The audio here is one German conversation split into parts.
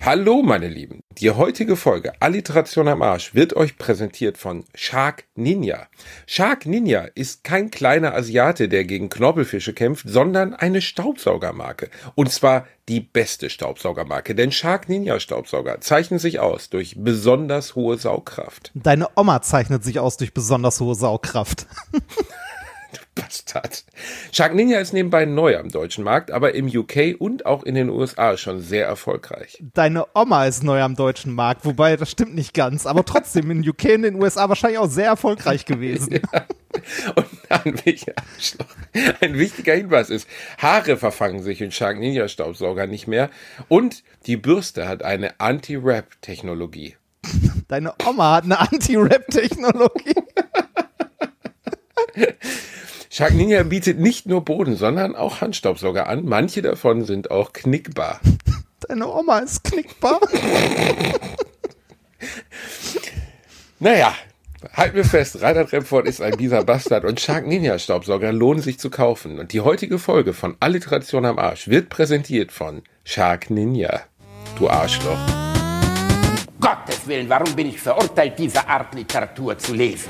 Hallo meine Lieben, die heutige Folge Alliteration am Arsch wird euch präsentiert von Shark Ninja. Shark Ninja ist kein kleiner Asiate, der gegen Knorpelfische kämpft, sondern eine Staubsaugermarke. Und zwar die beste Staubsaugermarke, denn Shark Ninja Staubsauger zeichnen sich aus durch besonders hohe Saugkraft. Deine Oma zeichnet sich aus durch besonders hohe Saugkraft. Bastard. Shark Ninja ist nebenbei neu am deutschen Markt, aber im UK und auch in den USA schon sehr erfolgreich. Deine Oma ist neu am deutschen Markt, wobei das stimmt nicht ganz, aber trotzdem in UK und in den USA wahrscheinlich auch sehr erfolgreich gewesen. Ja. Und ein wichtiger Hinweis ist, Haare verfangen sich in Shark Ninja Staubsauger nicht mehr und die Bürste hat eine Anti-Rap-Technologie. Deine Oma hat eine Anti-Rap-Technologie. Shark Ninja bietet nicht nur Boden, sondern auch Handstaubsauger an. Manche davon sind auch knickbar. Deine Oma ist knickbar? Naja, halten wir fest, Reinhard Remford ist ein mieser Bastard und Shark Ninja Staubsauger lohnen sich zu kaufen. Und die heutige Folge von Alliteration am Arsch wird präsentiert von Shark Ninja. Du Arschloch. Um Gottes Willen, warum bin ich verurteilt, diese Art Literatur zu lesen?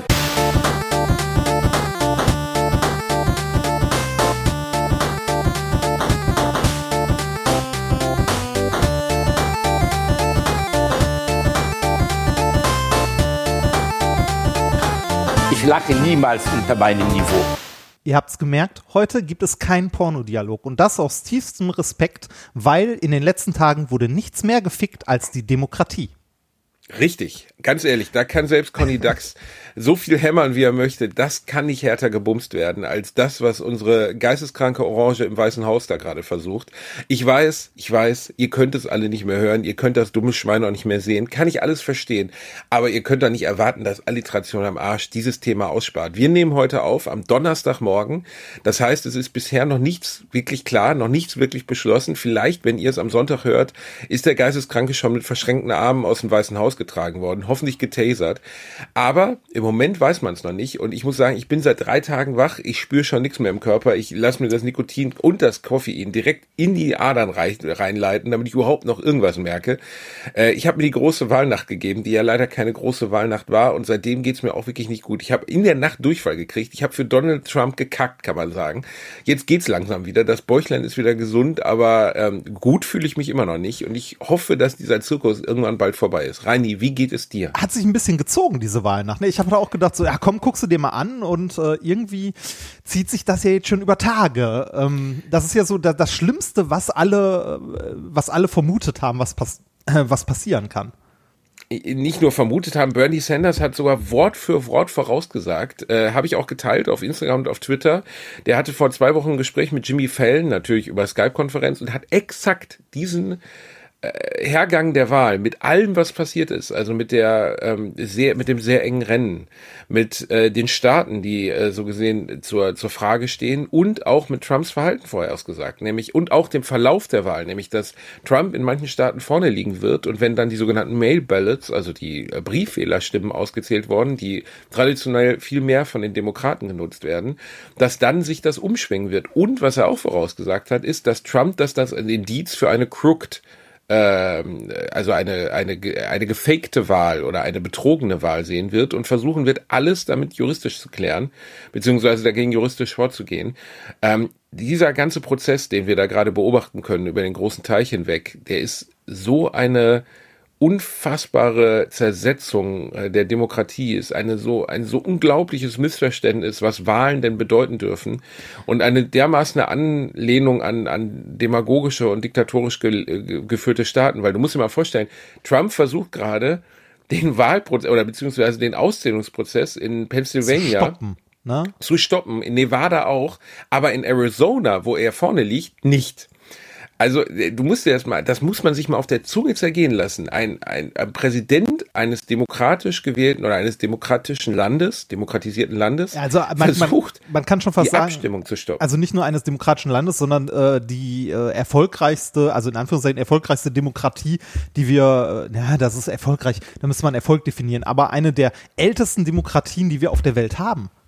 Ich lache niemals unter meinem Niveau. Ihr habt's gemerkt, heute gibt es keinen Pornodialog und das aus tiefstem Respekt, weil in den letzten Tagen wurde nichts mehr gefickt als die Demokratie. Richtig, ganz ehrlich, da kann selbst Conny Dax so viel hämmern, wie er möchte. Das kann nicht härter gebumst werden, als das, was unsere geisteskranke Orange im Weißen Haus da gerade versucht. Ich weiß, ihr könnt es alle nicht mehr hören, ihr könnt das dumme Schwein auch nicht mehr sehen, kann ich alles verstehen. Aber ihr könnt doch nicht erwarten, dass Alliteration am Arsch dieses Thema ausspart. Wir nehmen heute auf, am Donnerstagmorgen. Das heißt, es ist bisher noch nichts wirklich klar, noch nichts wirklich beschlossen. Vielleicht, wenn ihr es am Sonntag hört, ist der Geisteskranke schon mit verschränkten Armen aus dem Weißen Haus getragen worden, hoffentlich getasert. Aber im Moment weiß man es noch nicht und ich muss sagen, ich bin seit 3 Tagen wach, ich spüre schon nichts mehr im Körper, ich lasse mir das Nikotin und das Koffein direkt in die Adern reinleiten, damit ich überhaupt noch irgendwas merke. Ich habe mir die große Wahlnacht gegeben, die ja leider keine große Wahlnacht war und seitdem geht's mir auch wirklich nicht gut. Ich habe in der Nacht Durchfall gekriegt, ich habe für Donald Trump gekackt, kann man sagen. Jetzt geht's langsam wieder, das Bäuchlein ist wieder gesund, aber gut fühle ich mich immer noch nicht und ich hoffe, dass dieser Zirkus irgendwann bald vorbei ist. Reini, wie geht es dir? Hat sich ein bisschen gezogen, diese Wahlnacht. Ich habe da auch gedacht, so, ja komm, guckst du dir mal an und irgendwie zieht sich das ja jetzt schon über Tage. Das ist ja so das Schlimmste, was alle vermutet haben, was passieren kann. Nicht nur vermutet haben, Bernie Sanders hat sogar Wort für Wort vorausgesagt, habe ich auch geteilt auf Instagram und auf Twitter. Der hatte vor 2 Wochen ein Gespräch mit Jimmy Fallon, natürlich über Skype-Konferenz und hat exakt diesen Hergang der Wahl, mit allem, was passiert ist, also mit dem sehr engen Rennen, mit den Staaten, die so gesehen zur Frage stehen und auch mit Trumps Verhalten vorher ausgesagt, nämlich und auch dem Verlauf der Wahl, nämlich dass Trump in manchen Staaten vorne liegen wird und wenn dann die sogenannten Mail Ballots, also die Briefwählerstimmen ausgezählt worden, die traditionell viel mehr von den Demokraten genutzt werden, dass dann sich das umschwingen wird und was er auch vorausgesagt hat, ist, dass Trump das ein Indiz für eine crooked also eine gefakte Wahl oder eine betrogene Wahl sehen wird und versuchen wird, alles damit juristisch zu klären, beziehungsweise dagegen juristisch vorzugehen. Dieser ganze Prozess, den wir da gerade beobachten können über den großen Teich hinweg, der ist so eine unfassbare Zersetzung der Demokratie, ist ein so unglaubliches Missverständnis, was Wahlen denn bedeuten dürfen und eine dermaßen Anlehnung an demagogische und diktatorisch geführte Staaten, weil du musst dir mal vorstellen, Trump versucht gerade den Wahlprozess oder beziehungsweise den Auszählungsprozess in Pennsylvania zu stoppen, in Nevada auch, aber in Arizona, wo er vorne liegt, nicht. Also du musst dir das muss man sich mal auf der Zunge zergehen lassen. Ein Präsident eines demokratisch gewählten oder eines demokratisierten Landes, also versucht, man kann schon fast die Abstimmung zu stoppen. Also nicht nur eines demokratischen Landes, sondern die erfolgreichste, also in Anführungszeichen erfolgreichste Demokratie, die wir, das ist erfolgreich, da müsste man Erfolg definieren, aber eine der ältesten Demokratien, die wir auf der Welt haben.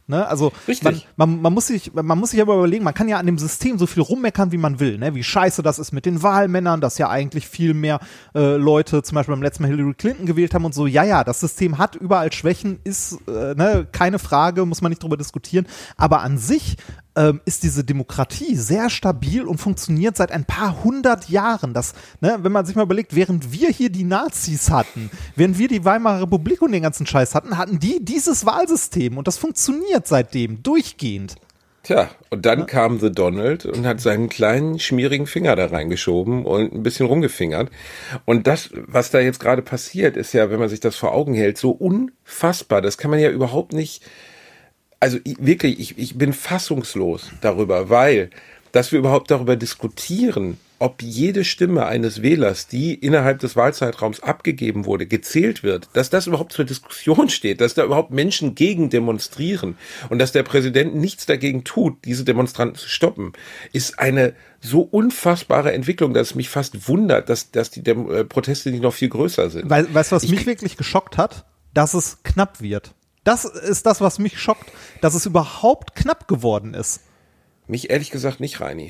Ne? Also Richtig. man muss sich aber überlegen, man kann ja an dem System so viel rummeckern, wie man will, ne? Wie scheiße das ist mit den Wahlmännern, dass ja eigentlich viel mehr Leute zum Beispiel beim letzten Mal Hillary Clinton gewählt haben und so. Ja, das System hat überall Schwächen, ist keine Frage, muss man nicht drüber diskutieren. Aber an sich ist diese Demokratie sehr stabil und funktioniert seit ein paar hundert Jahren. Das, ne, wenn man sich mal überlegt, während wir hier die Nazis hatten, während wir die Weimarer Republik und den ganzen Scheiß hatten die dieses Wahlsystem und das funktioniert seitdem durchgehend. Tja, und dann kam The Donald und hat seinen kleinen, schmierigen Finger da reingeschoben und ein bisschen rumgefingert. Und das, was da jetzt gerade passiert, ist ja, wenn man sich das vor Augen hält, so unfassbar. Das kann man ja überhaupt nicht. Also ich bin fassungslos darüber, weil, dass wir überhaupt darüber diskutieren, ob jede Stimme eines Wählers, die innerhalb des Wahlzeitraums abgegeben wurde, gezählt wird, dass das überhaupt zur Diskussion steht, dass da überhaupt Menschen gegen demonstrieren und dass der Präsident nichts dagegen tut, diese Demonstranten zu stoppen, ist eine so unfassbare Entwicklung, dass es mich fast wundert, dass die Proteste nicht noch viel größer sind. Weißt du, was mich wirklich geschockt hat? Dass es knapp wird. Das ist das, was mich schockt, dass es überhaupt knapp geworden ist. Mich ehrlich gesagt nicht, Reini.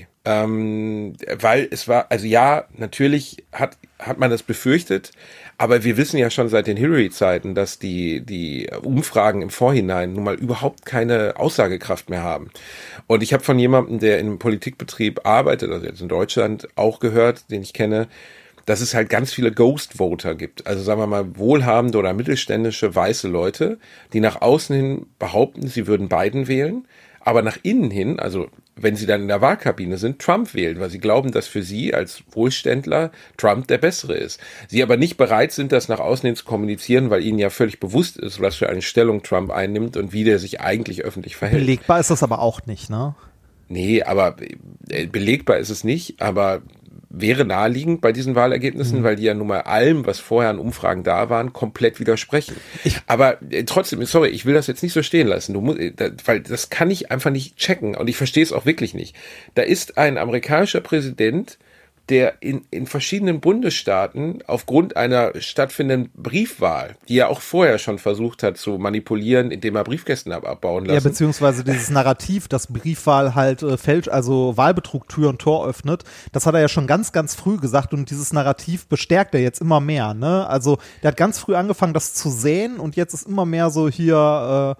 Weil es war, also ja, natürlich hat man das befürchtet, aber wir wissen ja schon seit den Hillary-Zeiten, dass die Umfragen im Vorhinein nun mal überhaupt keine Aussagekraft mehr haben. Und ich habe von jemandem, der in einem Politikbetrieb arbeitet, also jetzt in Deutschland, auch gehört, den ich kenne, dass es halt ganz viele Ghost-Voter gibt. Also sagen wir mal wohlhabende oder mittelständische weiße Leute, die nach außen hin behaupten, sie würden Biden wählen, aber nach innen hin, also wenn sie dann in der Wahlkabine sind, Trump wählen, weil sie glauben, dass für sie als Wohlständler Trump der Bessere ist. Sie aber nicht bereit sind, das nach außen hin zu kommunizieren, weil ihnen ja völlig bewusst ist, was für eine Stellung Trump einnimmt und wie der sich eigentlich öffentlich verhält. Belegbar ist das aber auch nicht, ne? Nee, aber belegbar ist es nicht, aber wäre naheliegend bei diesen Wahlergebnissen, weil die ja nun mal allem, was vorher an Umfragen da waren, komplett widersprechen. Aber trotzdem, sorry, ich will das jetzt nicht so stehen lassen, weil das kann ich einfach nicht checken und ich verstehe es auch wirklich nicht. Da ist ein amerikanischer Präsident, der in verschiedenen Bundesstaaten aufgrund einer stattfindenden Briefwahl, die er auch vorher schon versucht hat zu manipulieren, indem er Briefkästen abbauen lassen. Ja, beziehungsweise dieses Narrativ, dass Briefwahl halt fälscht, also Wahlbetrug Tür und Tor öffnet, das hat er ja schon ganz, ganz früh gesagt und dieses Narrativ bestärkt er jetzt immer mehr, ne? Also der hat ganz früh angefangen, das zu säen und jetzt ist immer mehr so hier,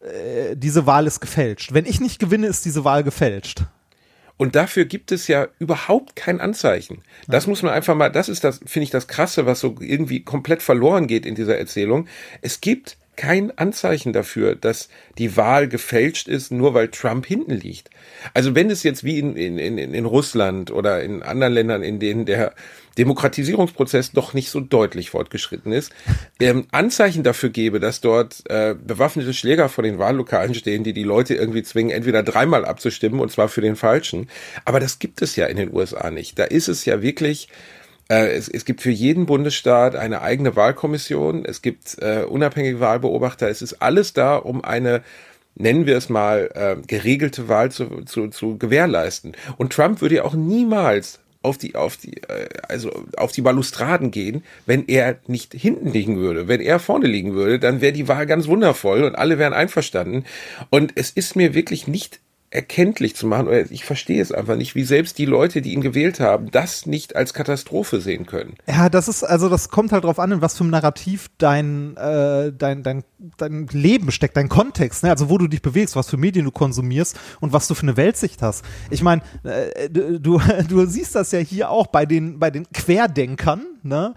diese Wahl ist gefälscht. Wenn ich nicht gewinne, ist diese Wahl gefälscht. Und dafür gibt es ja überhaupt kein Anzeichen. Das muss man einfach mal, das ist das, finde ich, das Krasse, was so irgendwie komplett verloren geht in dieser Erzählung. Es gibt kein Anzeichen dafür, dass die Wahl gefälscht ist, nur weil Trump hinten liegt. Also wenn es jetzt wie in Russland oder in anderen Ländern, in denen der Demokratisierungsprozess doch nicht so deutlich fortgeschritten ist, Anzeichen dafür gäbe, dass dort bewaffnete Schläger vor den Wahllokalen stehen, die Leute irgendwie zwingen, entweder dreimal abzustimmen und zwar für den Falschen. Aber das gibt es ja in den USA nicht. Da ist es ja wirklich, es gibt für jeden Bundesstaat eine eigene Wahlkommission, es gibt unabhängige Wahlbeobachter, es ist alles da, um eine, nennen wir es mal, geregelte Wahl zu gewährleisten. Und Trump würde ja auch niemals auf die Balustraden gehen, wenn er nicht hinten liegen würde. Wenn er vorne liegen würde, dann wäre die Wahl ganz wundervoll und alle wären einverstanden. Und es ist mir wirklich nicht erkenntlich zu machen, oder ich verstehe es einfach nicht, wie selbst die Leute, die ihn gewählt haben, das nicht als Katastrophe sehen können. Ja, das kommt halt drauf an, in was für ein Narrativ dein Leben steckt, dein Kontext, ne? Also wo du dich bewegst, was für Medien du konsumierst und was du für eine Weltsicht hast. Ich meine, du siehst das ja hier auch bei den Querdenkern, ne?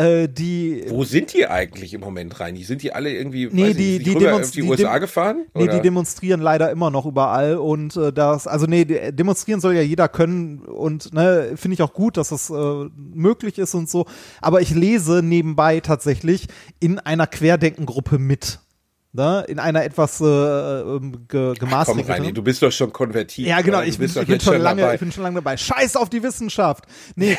Wo sind die eigentlich im Moment rein? Sind die alle irgendwie, die auf die USA gefahren? Nee, die demonstrieren leider immer noch überall und demonstrieren soll ja jeder können und ne, finde ich auch gut, dass das möglich ist und so. Aber ich lese nebenbei tatsächlich in einer Querdenkengruppe mit. Ne, in einer etwas gemaßregelten. Komm, Reini, du bist doch schon konvertiert. Ja, genau, ich bin schon lange dabei. Scheiß auf die Wissenschaft. Nee,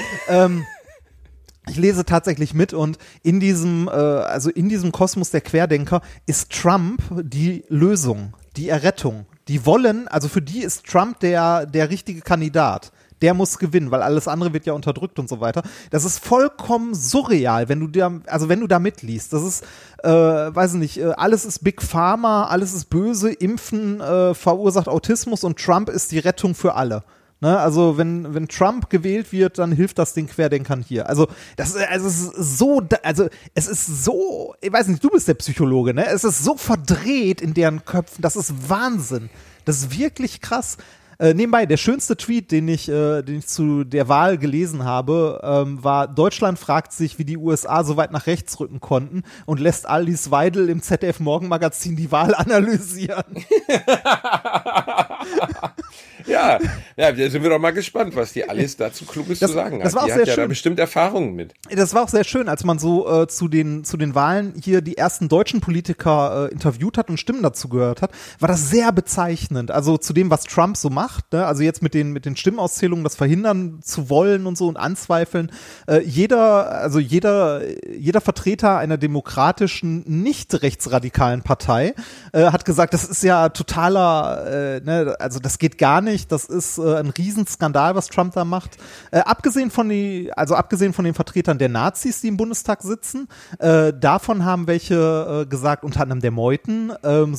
ich lese tatsächlich mit und in diesem Kosmos der Querdenker ist Trump die Lösung, die Errettung. Die wollen, also für die ist Trump der richtige Kandidat. der muss gewinnen, weil alles andere wird ja unterdrückt und so weiter. Das ist vollkommen surreal, wenn du da mitliest. Das ist, weiß nicht, alles ist Big Pharma, alles ist böse, Impfen verursacht Autismus und Trump ist die Rettung für alle. Ne, also wenn Trump gewählt wird, dann hilft das den Querdenkern hier. Also es ist so, ich weiß nicht, du bist der Psychologe, ne? Es ist so verdreht in deren Köpfen, das ist Wahnsinn. Das ist wirklich krass. Nebenbei, der schönste Tweet, den ich zu der Wahl gelesen habe, war: Deutschland fragt sich, wie die USA so weit nach rechts rücken konnten und lässt Alice Weidel im ZDF-Morgenmagazin die Wahl analysieren. Ja, da sind wir doch mal gespannt, was die Alice dazu Kluges zu sagen hat. Die hat ja da bestimmt Erfahrungen mit. Das war auch sehr schön, als man so zu den Wahlen hier die ersten deutschen Politiker interviewt hat und Stimmen dazu gehört hat, war das sehr bezeichnend. Also zu dem, was Trump so macht, ne? Also jetzt mit den Stimmauszählungen, das verhindern zu wollen und so und anzweifeln. Jeder Vertreter einer demokratischen, nicht rechtsradikalen Partei hat gesagt, das ist ja totaler, also das geht gar nicht. Das ist ein Riesenskandal, was Trump da macht. Abgesehen von den Vertretern der Nazis, die im Bundestag sitzen, davon haben welche gesagt, unter anderem der Meuthen,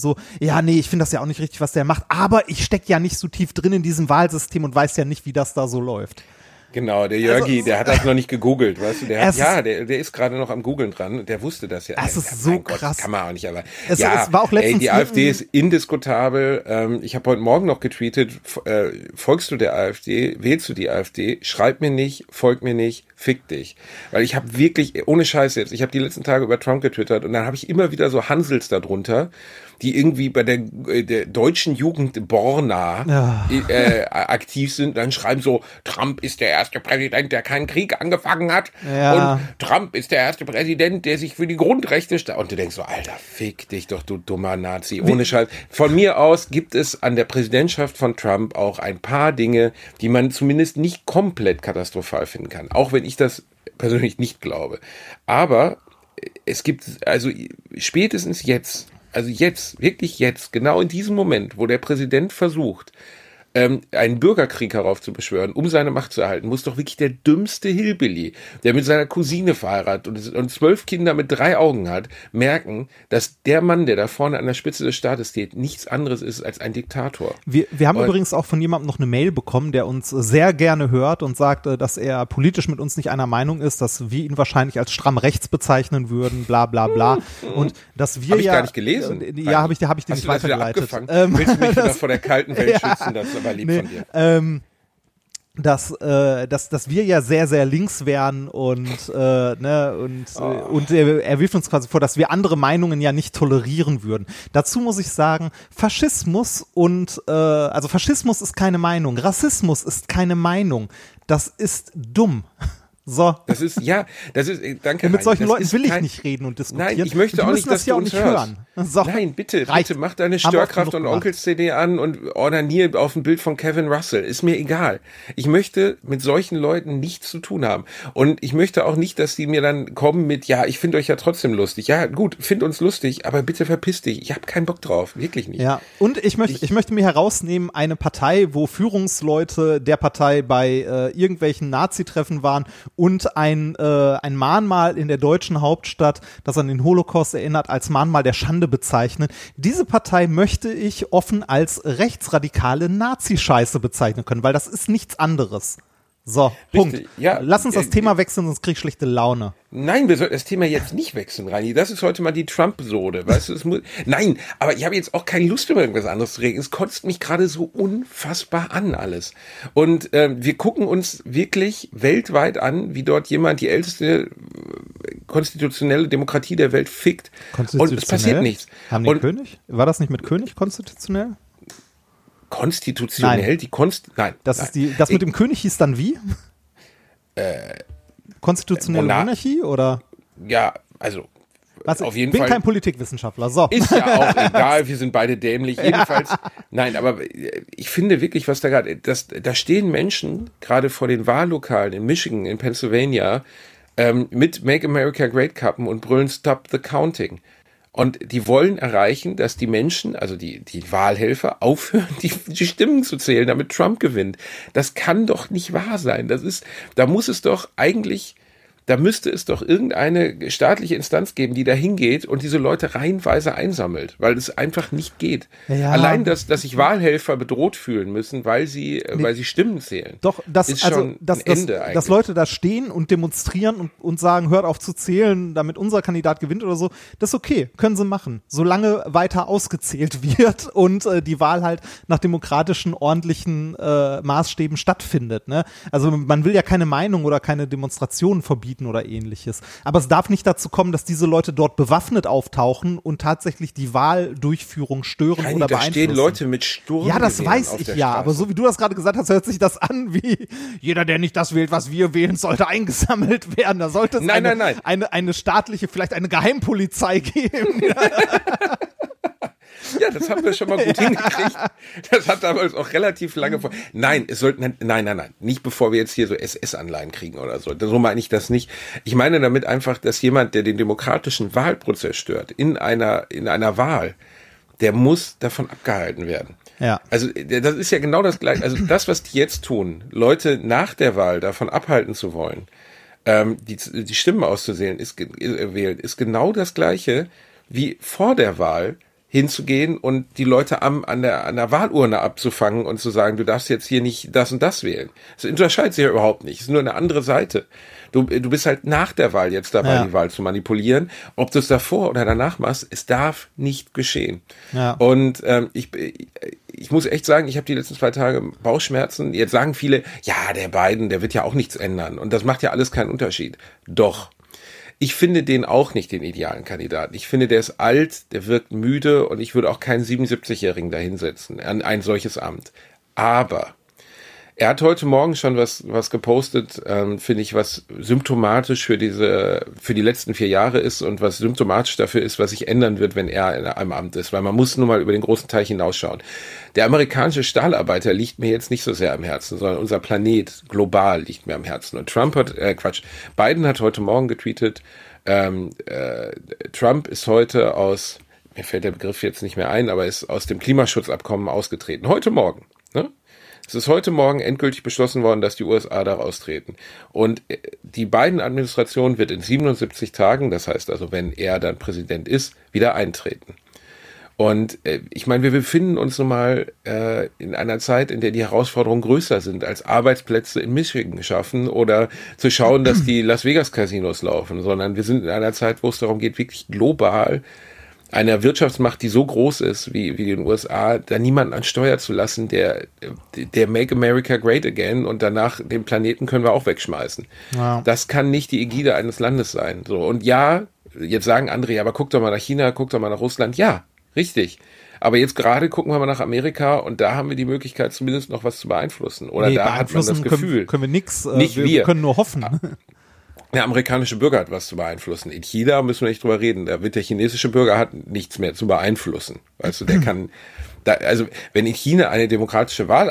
ich finde das ja auch nicht richtig, was der macht, aber ich stecke ja nicht so tief drin in diesem Wahlsystem und weiß ja nicht, wie das da so läuft. Genau, der Jörgi, der hat das noch nicht gegoogelt, weißt du, der ist gerade noch am Googeln dran, der wusste das ja. Es ist so krass. Das kann man auch nicht, aber es war auch letztens die AfD ist indiskutabel. Ich habe heute Morgen noch getweetet, folgst du der AfD, wählst du die AfD, schreib mir nicht, folg mir nicht, fick dich. Weil ich habe wirklich, ohne Scheiß jetzt, ich habe die letzten Tage über Trump getwittert und dann habe ich immer wieder so Hansels da drunter, die irgendwie bei der deutschen Jugend Borna aktiv sind, dann schreiben so, Trump ist der erste Präsident, der keinen Krieg angefangen hat, und Trump ist der erste Präsident, der sich für die Grundrechte und du denkst so, Alter, fick dich doch, du dummer Nazi, ohne Scheiß. Von mir aus gibt es an der Präsidentschaft von Trump auch ein paar Dinge, die man zumindest nicht komplett katastrophal finden kann, auch wenn ich das persönlich nicht glaube. Aber es gibt, also spätestens jetzt, wirklich jetzt, genau in diesem Moment, wo der Präsident versucht, einen Bürgerkrieg heraufzubeschwören, um seine Macht zu erhalten, muss doch wirklich der dümmste Hillbilly, der mit seiner Cousine verheiratet und 12 Kinder mit 3 Augen hat, merken, dass der Mann, der da vorne an der Spitze des Staates steht, nichts anderes ist als ein Diktator. Wir haben übrigens auch von jemandem noch eine Mail bekommen, der uns sehr gerne hört und sagt, dass er politisch mit uns nicht einer Meinung ist, dass wir ihn wahrscheinlich als stramm rechts bezeichnen würden, bla bla bla. Und dass wir hab ich gar nicht gelesen. Habe ich dir nicht weitergeleitet. Willst du mich wieder vor der kalten Welt schützen? Das war lieb von dir. Dass wir ja sehr, sehr links wären und er wirft uns quasi vor, dass wir andere Meinungen ja nicht tolerieren würden. Dazu muss ich sagen, Faschismus Faschismus ist keine Meinung, Rassismus ist keine Meinung, das ist dumm. So. Danke. Und mit solchen Leuten will ich nicht reden und diskutieren. Nein, ich möchte auch nicht, dass du uns hörst. So. Nein, bitte, mach deine Störkraft- und Onkels-CD an und ordinier auf ein Bild von Kevin Russell. Ist mir egal. Ich möchte mit solchen Leuten nichts zu tun haben. Und ich möchte auch nicht, dass die mir dann kommen mit, ja, ich finde euch ja trotzdem lustig. Ja, gut, find uns lustig, aber bitte verpiss dich. Ich habe keinen Bock drauf. Wirklich nicht. Ja, und ich möchte mir herausnehmen, eine Partei, wo Führungsleute der Partei bei irgendwelchen Nazi-Treffen waren und ein Mahnmal in der deutschen Hauptstadt, das an den Holocaust erinnert, als Mahnmal der Schande bezeichnen. Diese Partei möchte ich offen als rechtsradikale Nazi-Scheiße bezeichnen können, weil das ist nichts anderes. So, Punkt. Ja, lass uns das Thema wechseln, sonst krieg ich schlechte Laune. Nein, wir sollten das Thema jetzt nicht wechseln, Reini. Das ist heute mal die Trump-Sode, weißt du? Nein, aber ich habe jetzt auch keine Lust, über irgendwas anderes zu reden. Es kotzt mich gerade so unfassbar an alles. Und wir gucken uns wirklich weltweit an, wie dort jemand die älteste konstitutionelle Demokratie der Welt fickt. Und es passiert nichts. Haben die König? War das nicht mit König konstitutionell? Konstitutionell? Nein. Das mit dem König hieß dann wie? Konstitutionelle Monarchie oder? Ja, also auf jeden Fall. Ich bin kein Politikwissenschaftler, so. Ist ja auch egal, wir sind beide dämlich. Jedenfalls, nein, aber ich finde wirklich, was da gerade, da stehen Menschen gerade vor den Wahllokalen in Michigan, in Pennsylvania, mit Make America Great Kappen und brüllen Stop the Counting. Und die wollen erreichen, dass die Menschen, also die Wahlhelfer, aufhören, die Stimmen zu zählen, damit Trump gewinnt. Das kann doch nicht wahr sein. Da müsste es doch irgendeine staatliche Instanz geben, die da hingeht und diese Leute reihenweise einsammelt, weil es einfach nicht geht. Ja. Allein, dass sich Wahlhelfer bedroht fühlen müssen, weil sie Stimmen zählen. Doch, ist schon ein Ende eigentlich. Dass Leute da stehen und demonstrieren und sagen, hört auf zu zählen, damit unser Kandidat gewinnt oder so, das ist okay, können sie machen, solange weiter ausgezählt wird und die Wahl halt nach demokratischen, ordentlichen Maßstäben stattfindet. Ne? Also man will ja keine Meinung oder keine Demonstrationen verbieten oder ähnliches. Aber es darf nicht dazu kommen, dass diese Leute dort bewaffnet auftauchen und tatsächlich die Wahldurchführung stören oder beeinflussen. Da stehen Leute mit Sturmgewehren. Ja, das weiß ich ja, aber so wie du das gerade gesagt hast, hört sich das an wie jeder, der nicht das wählt, was wir wählen, sollte eingesammelt werden. Da sollte es eine staatliche, vielleicht eine Geheimpolizei geben. Ja, das haben wir schon mal gut hingekriegt. Das hat damals auch relativ lange vor. Nein, nicht bevor wir jetzt hier so SS-Anleihen kriegen oder so. So meine ich das nicht. Ich meine damit einfach, dass jemand, der den demokratischen Wahlprozess stört, in einer Wahl, der muss davon abgehalten werden. Ja. Also das ist ja genau das Gleiche. Also das, was die jetzt tun, Leute nach der Wahl davon abhalten zu wollen, die Stimmen auszusehen, ist genau das Gleiche wie vor der Wahl hinzugehen und die Leute an der Wahlurne abzufangen und zu sagen, du darfst jetzt hier nicht das und das wählen. Das unterscheidet sich ja überhaupt nicht. Es ist nur eine andere Seite. Du bist halt nach der Wahl jetzt dabei, die Wahl zu manipulieren. Ob du es davor oder danach machst, es darf nicht geschehen. Ja. Und ich muss echt sagen, ich habe die letzten 2 Tage Bauchschmerzen. Jetzt sagen viele, ja, der Biden, der wird ja auch nichts ändern. Und das macht ja alles keinen Unterschied. Doch. Ich finde den auch nicht den idealen Kandidaten. Ich finde, der ist alt, der wirkt müde und ich würde auch keinen 77-Jährigen dahinsetzen an ein solches Amt. Aber er hat heute Morgen schon was gepostet, finde ich, was symptomatisch für die letzten 4 Jahre ist und was symptomatisch dafür ist, was sich ändern wird, wenn er in einem Amt ist. Weil man muss nun mal über den großen Teich hinausschauen. Der amerikanische Stahlarbeiter liegt mir jetzt nicht so sehr am Herzen, sondern unser Planet global liegt mir am Herzen. Und Biden hat heute Morgen getweetet, Trump ist heute mir fällt der Begriff jetzt nicht mehr ein, aber ist aus dem Klimaschutzabkommen ausgetreten. Heute Morgen, ne? Es ist heute Morgen endgültig beschlossen worden, dass die USA da austreten. Und die Biden-Administration wird in 77 Tagen, das heißt also, wenn er dann Präsident ist, wieder eintreten. Und ich meine, wir befinden uns nun mal in einer Zeit, in der die Herausforderungen größer sind, als Arbeitsplätze in Michigan schaffen oder zu schauen, dass die Las Vegas-Casinos laufen, sondern wir sind in einer Zeit, wo es darum geht, wirklich global einer Wirtschaftsmacht, die so groß ist wie den USA, da niemanden an Steuer zu lassen, der Make America Great Again und danach den Planeten können wir auch wegschmeißen. Ja. Das kann nicht die Ägide eines Landes sein. So. Und ja, jetzt sagen andere, aber guck doch mal nach China, guck doch mal nach Russland. Ja, richtig. Aber jetzt gerade gucken wir mal nach Amerika und da haben wir die Möglichkeit, zumindest noch was zu beeinflussen. Oder da hat man das Gefühl. Können wir nichts. Nicht wir können nur hoffen. Der amerikanische Bürger hat was zu beeinflussen. In China müssen wir nicht drüber reden. Da wird der chinesische Bürger hat nichts mehr zu beeinflussen. Weißt du, der kann, also wenn in China eine demokratische Wahl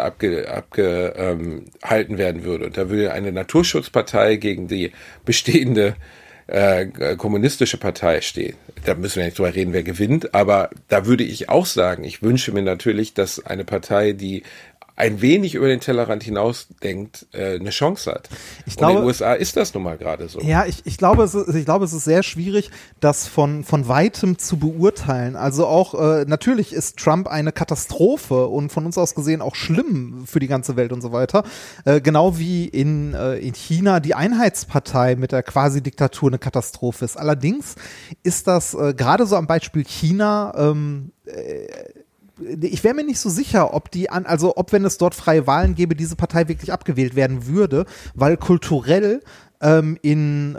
abgehalten werden würde und da würde eine Naturschutzpartei gegen die bestehende kommunistische Partei stehen, da müssen wir nicht drüber reden, wer gewinnt. Aber da würde ich auch sagen, ich wünsche mir natürlich, dass eine Partei, die ein wenig über den Tellerrand hinausdenkt, eine Chance hat. Ich glaube, und in den USA ist das nun mal gerade so. Ja, ich glaube, es ist sehr schwierig, das von weitem zu beurteilen. Also auch, natürlich ist Trump eine Katastrophe und von uns aus gesehen auch schlimm für die ganze Welt und so weiter. Genau wie in China die Einheitspartei mit der Quasi-Diktatur eine Katastrophe ist. Allerdings ist das gerade so am Beispiel China, ich wäre mir nicht so sicher, ob wenn es dort freie Wahlen gäbe, diese Partei wirklich abgewählt werden würde, weil kulturell in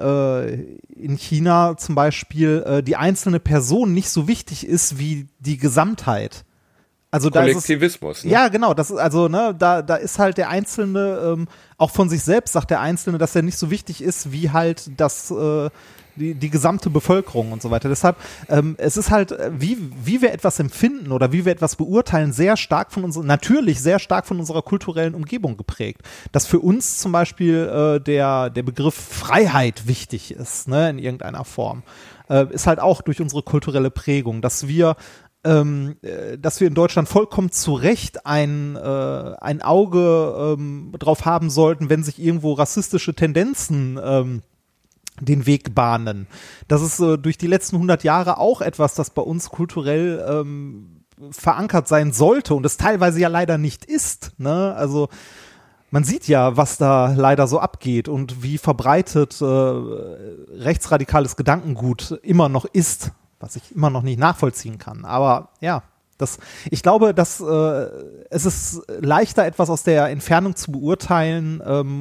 China zum Beispiel die einzelne Person nicht so wichtig ist wie die Gesamtheit. Also Kollektivismus. Ne? Ja, genau. Das ist also, ne, da ist halt der Einzelne, auch von sich selbst sagt der Einzelne, dass er nicht so wichtig ist, wie halt die gesamte Bevölkerung und so weiter. Deshalb, es ist halt, wie wir etwas empfinden oder wie wir etwas beurteilen, natürlich sehr stark von unserer kulturellen Umgebung geprägt. Dass für uns zum Beispiel der Begriff Freiheit wichtig ist, ne, in irgendeiner Form, ist halt auch durch unsere kulturelle Prägung, dass wir in Deutschland vollkommen zu Recht ein Auge drauf haben sollten, wenn sich irgendwo rassistische Tendenzen den Weg bahnen. Das ist durch die letzten 100 Jahre auch etwas, das bei uns kulturell verankert sein sollte und es teilweise ja leider nicht ist. Ne? Also man sieht ja, was da leider so abgeht und wie verbreitet rechtsradikales Gedankengut immer noch ist, was ich immer noch nicht nachvollziehen kann. Aber ja, ich glaube, dass es ist leichter, etwas aus der Entfernung zu beurteilen,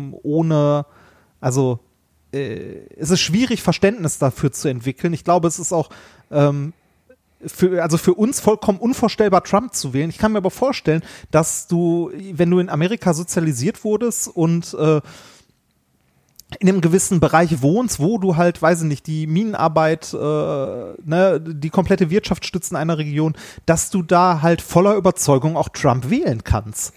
es ist schwierig, Verständnis dafür zu entwickeln. Ich glaube, es ist auch für uns vollkommen unvorstellbar, Trump zu wählen. Ich kann mir aber vorstellen, dass wenn du in Amerika sozialisiert wurdest und in einem gewissen Bereich wohnst, wo du halt, weiß ich nicht, die Minenarbeit, die komplette Wirtschaft stützen einer Region, dass du da halt voller Überzeugung auch Trump wählen kannst.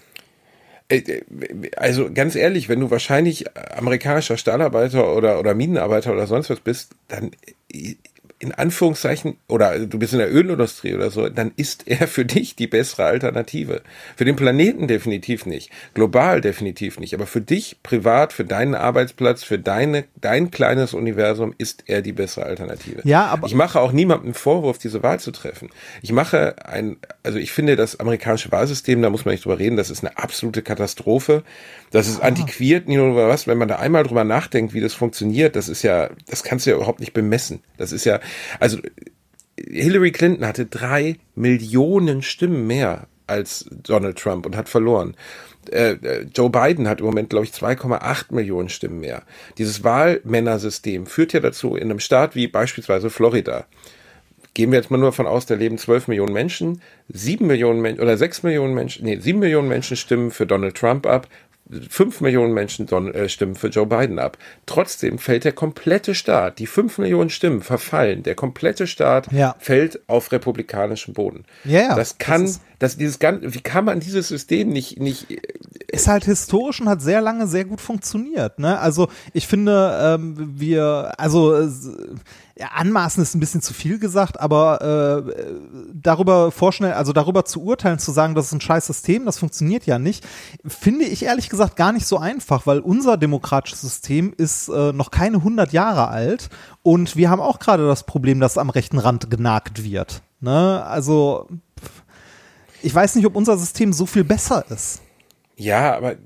Also ganz ehrlich, wenn du wahrscheinlich amerikanischer Stahlarbeiter oder Minenarbeiter oder sonst was bist, dann in Anführungszeichen, oder du bist in der Ölindustrie oder so, dann ist er für dich die bessere Alternative. Für den Planeten definitiv nicht, global definitiv nicht, aber für dich privat, für deinen Arbeitsplatz, für dein kleines Universum ist er die bessere Alternative. Ja, aber ich mache auch niemandem Vorwurf, diese Wahl zu treffen. Ich finde das amerikanische Wahlsystem, da muss man nicht drüber reden, das ist eine absolute Katastrophe. Das ist antiquiert, nicht nur was, wenn man da einmal drüber nachdenkt, wie das funktioniert, das kannst du ja überhaupt nicht bemessen. Das ist ja, also Hillary Clinton hatte 3 Millionen Stimmen mehr als Donald Trump und hat verloren. Joe Biden hat im Moment, glaube ich, 2,8 Millionen Stimmen mehr. Dieses Wahlmännersystem führt ja dazu, in einem Staat wie beispielsweise Florida, gehen wir jetzt mal nur davon aus, da leben 12 Millionen Menschen, 7 Millionen Menschen stimmen für Donald Trump ab, 5 Millionen Menschen stimmen für Joe Biden ab. Trotzdem fällt der komplette Staat, die 5 Millionen Stimmen verfallen, der komplette Staat fällt auf republikanischem Boden. Ja, wie kann man dieses System nicht ist halt historisch und hat sehr lange sehr gut funktioniert, ne? Also ich finde, anmaßen ist ein bisschen zu viel gesagt, aber darüber zu urteilen, zu sagen, das ist ein scheiß System, das funktioniert ja nicht, finde ich ehrlich gesagt gar nicht so einfach, weil unser demokratisches System ist noch keine 100 Jahre alt und wir haben auch gerade das Problem, dass am rechten Rand genagt wird, ne? Also ich weiß nicht, ob unser System so viel besser ist. Ja, aber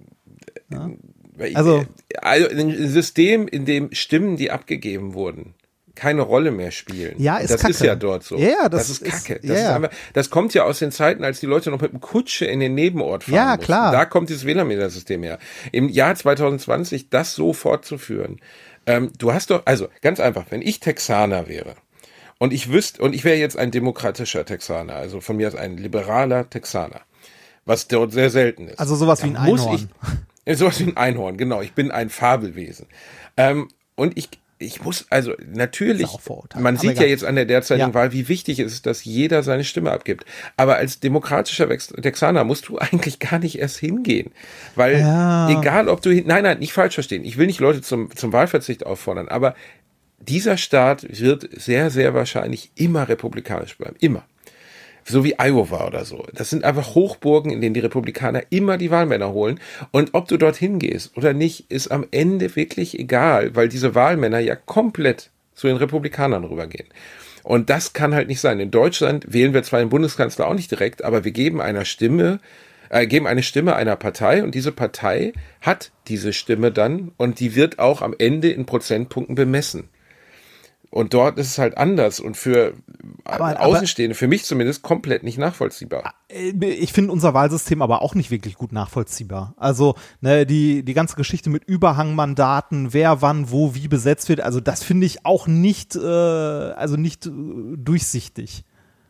also ein System, in dem Stimmen, die abgegeben wurden, keine Rolle mehr spielen. Ja, ist das Kacke. Ist ja dort so. Ja, das ist Kacke. Das kommt ja aus den Zeiten, als die Leute noch mit dem Kutsche in den Nebenort fahren mussten. Klar. Da kommt dieses Wählermetersystem her. Im Jahr 2020 das so fortzuführen. Du hast doch, also ganz einfach, wenn ich Texaner wäre und ich wäre jetzt ein demokratischer Texaner, also von mir aus ein liberaler Texaner, was dort sehr selten ist. Also sowas wie ein Einhorn. Sowas wie ein Einhorn, genau. Ich bin ein Fabelwesen. Und ich muss, also natürlich, man sieht ja jetzt an der derzeitigen Wahl, wie wichtig es ist, dass jeder seine Stimme abgibt. Aber als demokratischer Texaner musst du eigentlich gar nicht erst hingehen. Weil egal, ob du, nein, nicht falsch verstehen. Ich will nicht Leute zum Wahlverzicht auffordern, aber dieser Staat wird sehr, sehr wahrscheinlich immer republikanisch bleiben. Immer. So wie Iowa oder so. Das sind einfach Hochburgen, in denen die Republikaner immer die Wahlmänner holen. Und ob du dorthin gehst oder nicht, ist am Ende wirklich egal, weil diese Wahlmänner ja komplett zu den Republikanern rübergehen. Und das kann halt nicht sein. In Deutschland wählen wir zwar den Bundeskanzler auch nicht direkt, aber wir geben eine Stimme einer Partei und diese Partei hat diese Stimme dann und die wird auch am Ende in Prozentpunkten bemessen. Und dort ist es halt anders und für Außenstehende, für mich zumindest, komplett nicht nachvollziehbar. Ich finde unser Wahlsystem aber auch nicht wirklich gut nachvollziehbar. Also die ganze Geschichte mit Überhangmandaten, wer wann wo wie besetzt wird, also das finde ich auch nicht durchsichtig.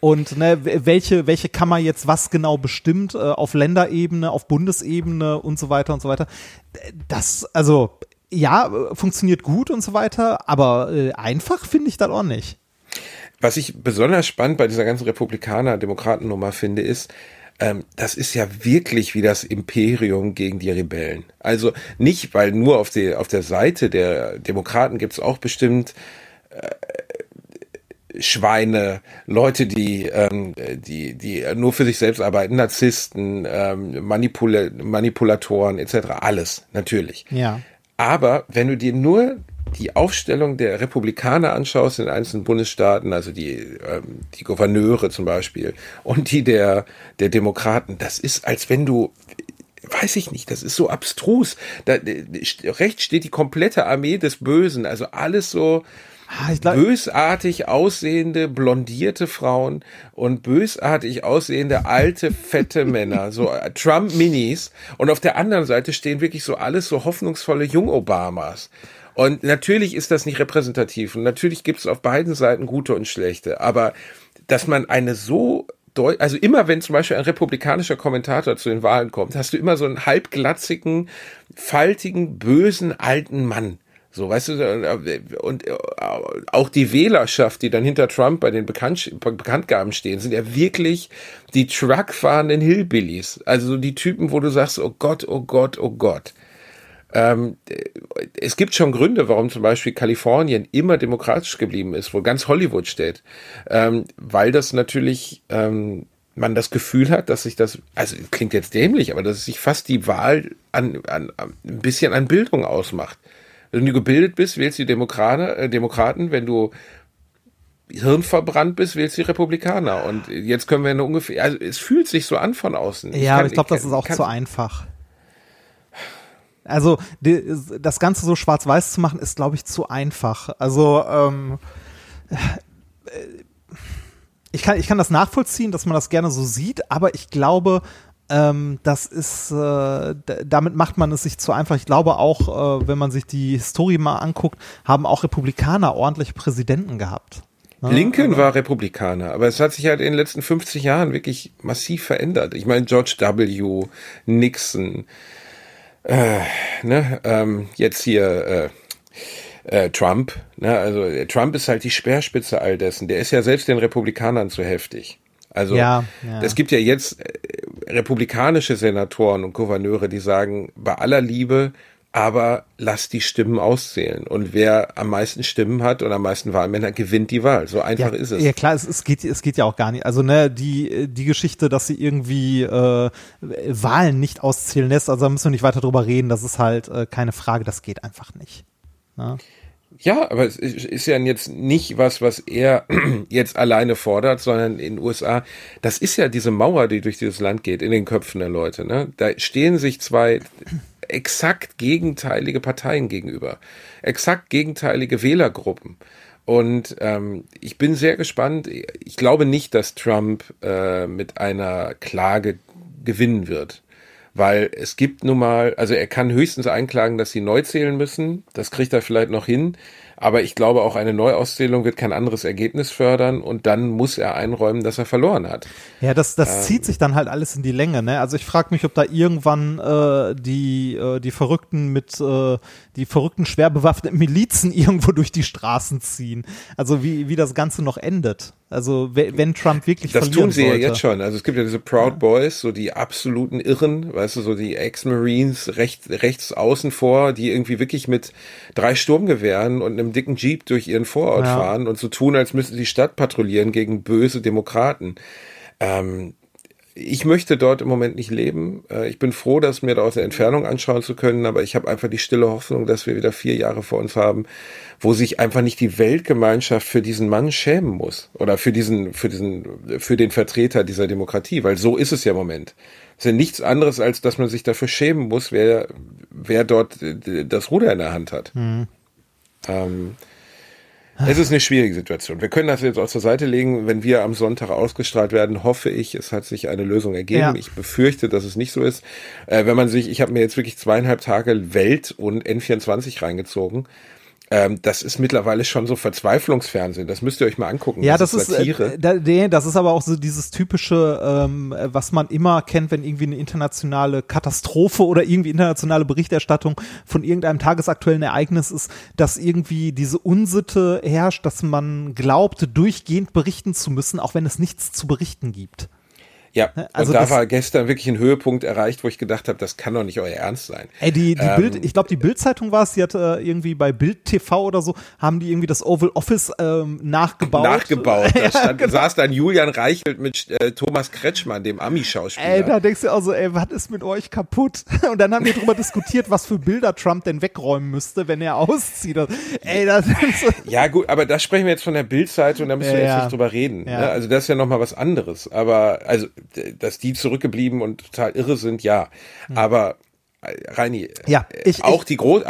Und ne, welche Kammer jetzt was genau bestimmt, auf Länderebene, auf Bundesebene und so weiter und so weiter. Das, also, ja, funktioniert gut und so weiter, aber einfach finde ich das auch nicht. Was ich besonders spannend bei dieser ganzen Republikaner-Demokraten-Nummer finde, ist, das ist ja wirklich wie das Imperium gegen die Rebellen. Also nicht, weil nur auf der Seite der Demokraten gibt es auch bestimmt Schweine, Leute, die nur für sich selbst arbeiten, Narzissten, Manipulatoren etc. Alles, natürlich. Ja. Aber wenn du dir nur die Aufstellung der Republikaner anschaust in einzelnen Bundesstaaten, also die Gouverneure zum Beispiel und die der Demokraten, das ist, als wenn du, weiß ich nicht, das ist so abstrus. Rechts steht die komplette Armee des Bösen, also alles so bösartig aussehende, blondierte Frauen und bösartig aussehende, alte, fette Männer, so Trump-Minis. Und auf der anderen Seite stehen wirklich so alles so hoffnungsvolle Jung-Obamas. Und natürlich ist das nicht repräsentativ und natürlich gibt es auf beiden Seiten gute und schlechte, aber dass man eine so also immer wenn zum Beispiel ein republikanischer Kommentator zu den Wahlen kommt, hast du immer so einen halbglatzigen, faltigen, bösen, alten Mann. So, weißt du, und auch die Wählerschaft, die dann hinter Trump bei den Bekanntgaben stehen, sind ja wirklich die truckfahrenden Hillbillies. Also so die Typen, wo du sagst, oh Gott, oh Gott, oh Gott. Es gibt schon Gründe, warum zum Beispiel Kalifornien immer demokratisch geblieben ist, wo ganz Hollywood steht. Weil das natürlich, man das Gefühl hat, dass sich das, also klingt jetzt dämlich, aber dass sich fast die Wahl ein bisschen an Bildung ausmacht. Wenn du gebildet bist, wählst du die Demokraten, wenn du hirnverbrannt bist, wählst du die Republikaner. Und jetzt können wir ungefähr, also es fühlt sich so an von außen. Ja, aber ich glaube, das ist auch zu einfach. Also das Ganze so schwarz-weiß zu machen, ist, glaube ich, zu einfach. Also ich kann das nachvollziehen, dass man das gerne so sieht, aber ich glaube, das ist, damit macht man es sich zu einfach. Ich glaube auch, wenn man sich die Historie mal anguckt, haben auch Republikaner ordentliche Präsidenten gehabt. Ne? Lincoln war Republikaner, aber es hat sich halt in den letzten 50 Jahren wirklich massiv verändert. Ich meine, George W., Nixon, jetzt hier Trump, ne? Also Trump ist halt die Speerspitze all dessen. Der ist ja selbst den Republikanern zu heftig. Also es gibt ja jetzt republikanische Senatoren und Gouverneure, die sagen, bei aller Liebe, aber lass die Stimmen auszählen. Und wer am meisten Stimmen hat und am meisten Wahlmänner, gewinnt die Wahl. So einfach ist es. Ja klar, es geht ja auch gar nicht. Also ne, die Geschichte, dass sie irgendwie Wahlen nicht auszählen lässt, also da müssen wir nicht weiter drüber reden, das ist halt keine Frage, das geht einfach nicht. Na? Ja, aber es ist ja jetzt nicht was er jetzt alleine fordert, sondern in den USA, das ist ja diese Mauer, die durch dieses Land geht, in den Köpfen der Leute, ne? Da stehen sich zwei exakt gegenteilige Parteien gegenüber, exakt gegenteilige Wählergruppen. Und ich bin sehr gespannt. Ich glaube nicht, dass Trump mit einer Klage gewinnen wird. Weil es gibt nun mal, also er kann höchstens einklagen, dass sie neu zählen müssen. Das kriegt er vielleicht noch hin. Aber ich glaube, auch eine Neuauszählung wird kein anderes Ergebnis fördern und dann muss er einräumen, dass er verloren hat. Ja, das zieht sich dann halt alles in die Länge, ne? Also ich frage mich, ob da irgendwann die verrückten schwer bewaffneten Milizen irgendwo durch die Straßen ziehen. Also wie das Ganze noch endet. Also wenn Trump wirklich das verlieren tun sie sollte. Ja jetzt schon. Also es gibt ja diese Proud Boys, so die absoluten Irren, weißt du, so die Ex-Marines rechts außen vor, die irgendwie wirklich mit 3 Sturmgewehren und einem dicken Jeep durch ihren Vorort fahren und so tun, als müssten die Stadt patrouillieren gegen böse Demokraten. Ich möchte dort im Moment nicht leben. Ich bin froh, das mir da aus der Entfernung anschauen zu können, aber ich habe einfach die stille Hoffnung, dass wir wieder 4 Jahre vor uns haben, wo sich einfach nicht die Weltgemeinschaft für diesen Mann schämen muss oder für den Vertreter dieser Demokratie, weil so ist es ja im Moment. Es ist ja nichts anderes, als dass man sich dafür schämen muss, wer dort das Ruder in der Hand hat. Es ist eine schwierige Situation. Wir können das jetzt auch zur Seite legen. Wenn wir am Sonntag ausgestrahlt werden, hoffe ich, es hat sich eine Lösung ergeben. Ja. Ich befürchte, dass es nicht so ist. Ich habe mir jetzt wirklich 2,5 Tage Welt und N24 reingezogen. Das ist mittlerweile schon so Verzweiflungsfernsehen. Das müsst ihr euch mal angucken. Ja, das ist Satire. Das ist aber auch so dieses typische, was man immer kennt, wenn irgendwie eine internationale Katastrophe oder irgendwie internationale Berichterstattung von irgendeinem tagesaktuellen Ereignis ist, dass irgendwie diese Unsitte herrscht, dass man glaubt, durchgehend berichten zu müssen, auch wenn es nichts zu berichten gibt. Ja, also und da war gestern wirklich ein Höhepunkt erreicht, wo ich gedacht habe, das kann doch nicht euer Ernst sein. Ey, ich glaube, die Bild-Zeitung war es, die hatte irgendwie bei Bild TV oder so, haben die irgendwie das Oval Office nachgebaut. Da saß dann Julian Reichelt mit Thomas Kretschmann, dem Ami-Schauspieler. Ey, da denkst du also, was ist mit euch kaputt? Und dann haben wir drüber diskutiert, was für Bilder Trump denn wegräumen müsste, wenn er auszieht. Ey, das ist ja gut, aber da sprechen wir jetzt von der Bild-Zeitung, da müssen wir jetzt nicht drüber reden. Ja. Ne? Also das ist ja nochmal was anderes. Aber, also dass die zurückgeblieben und total irre sind, ja. Aber Reini, auch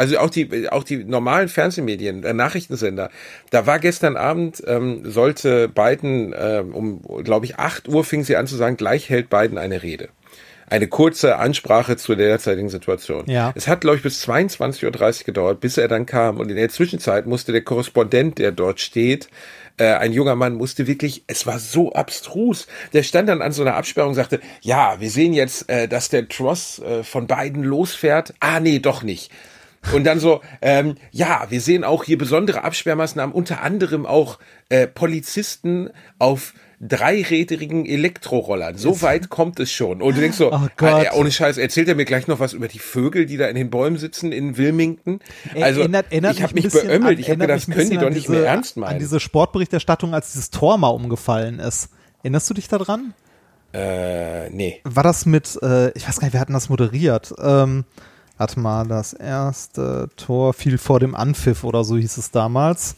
die normalen Fernsehmedien, Nachrichtensender, da war gestern Abend, sollte Biden, glaube ich, 8 Uhr fing sie an zu sagen, gleich hält Biden eine Rede. Eine kurze Ansprache zur derzeitigen Situation. Ja. Es hat, glaube ich, bis 22:30 Uhr gedauert, bis er dann kam. Und in der Zwischenzeit musste der Korrespondent, der dort steht, ein junger Mann musste wirklich, es war so abstrus. Der stand dann an so einer Absperrung und sagte, ja, wir sehen jetzt, dass der Tross von Biden losfährt. Ah, nee, doch nicht. Und dann so, ja, wir sehen auch hier besondere Absperrmaßnahmen, unter anderem auch Polizisten auf dreirädrigen Elektrorollern. So weit kommt es schon. Und du denkst so, ohne Scheiß, erzählt er mir gleich noch was über die Vögel, die da in den Bäumen sitzen in Wilmington? Also, ich habe mich beömmelt. Ich habe gedacht, das können die doch nicht mehr ernst meinen. An diese Sportberichterstattung, als dieses Tor mal umgefallen ist. Erinnerst du dich daran? Nee. War das mit, ich weiß gar nicht, wer hat denn das moderiert? Warte mal, das erste Tor fiel vor dem Anpfiff oder so hieß es damals.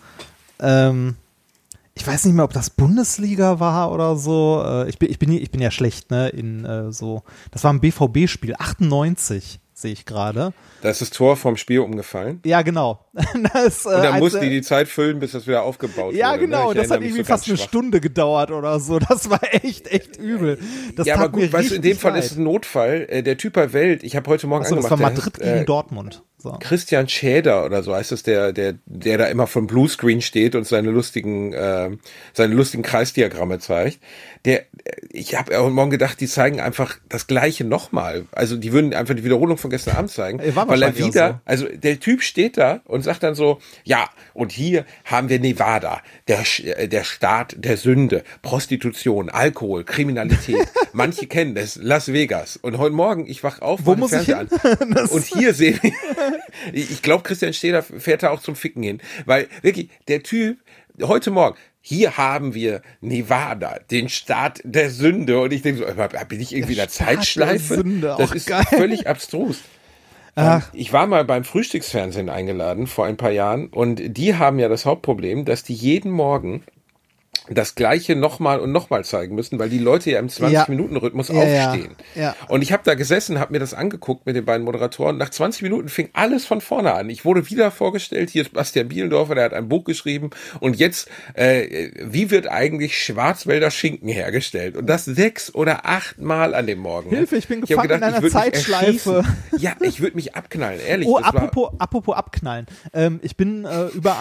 Ich weiß nicht mehr, ob das Bundesliga war oder so. Ich bin ja schlecht, ne? Das war ein BVB-Spiel, 98, sehe ich gerade. Da ist das Tor vom Spiel umgefallen. Ja, genau. Und dann mussten die Zeit füllen, bis das wieder aufgebaut wurde. Ja, genau. Ne? Das hat irgendwie fast eine Stunde gedauert oder so. Das war echt übel. Das aber gut, weißt du, in dem Fall ist es ein Notfall. Der Typ bei Welt, ich habe heute Morgen angemacht. Das war Madrid gegen Dortmund. So. Christian Schäder oder so heißt es, der da immer vom Bluescreen steht und seine lustigen Kreisdiagramme zeigt. Ich habe heute Morgen gedacht, die zeigen einfach das Gleiche nochmal. Also die würden einfach die Wiederholung von gestern Abend zeigen. Weil er wieder, so. Also der Typ steht da und sagt dann so, ja, und hier haben wir Nevada, der Staat der Sünde, Prostitution, Alkohol, Kriminalität. Manche kennen das, Las Vegas. Und heute Morgen, ich wach auf, wo muss ich hin? Und hier sehen wir, ich glaube, Christian Steder fährt da auch zum Ficken hin. Weil wirklich, der Typ, heute Morgen, hier haben wir Nevada, den Staat der Sünde. Und ich denke so, bin ich irgendwie in der Zeitschleife? Das ist völlig abstrus. Ich war mal beim Frühstücksfernsehen eingeladen vor ein paar Jahren und die haben ja das Hauptproblem, dass die jeden Morgen das Gleiche nochmal und nochmal zeigen müssen, weil die Leute ja im 20-Minuten-Rhythmus aufstehen. Ja. Und ich habe da gesessen, habe mir das angeguckt mit den beiden Moderatoren. Nach 20 Minuten fing alles von vorne an. Ich wurde wieder vorgestellt, hier ist Bastian Bielendorfer, der hat ein Buch geschrieben. Und jetzt, wie wird eigentlich Schwarzwälder Schinken hergestellt? Und das 6 oder 8 Mal an dem Morgen. Hilfe, ich bin gefangen in einer Zeitschleife. Ja, ich würde mich abknallen, ehrlich. Oh, apropos abknallen. Ich bin über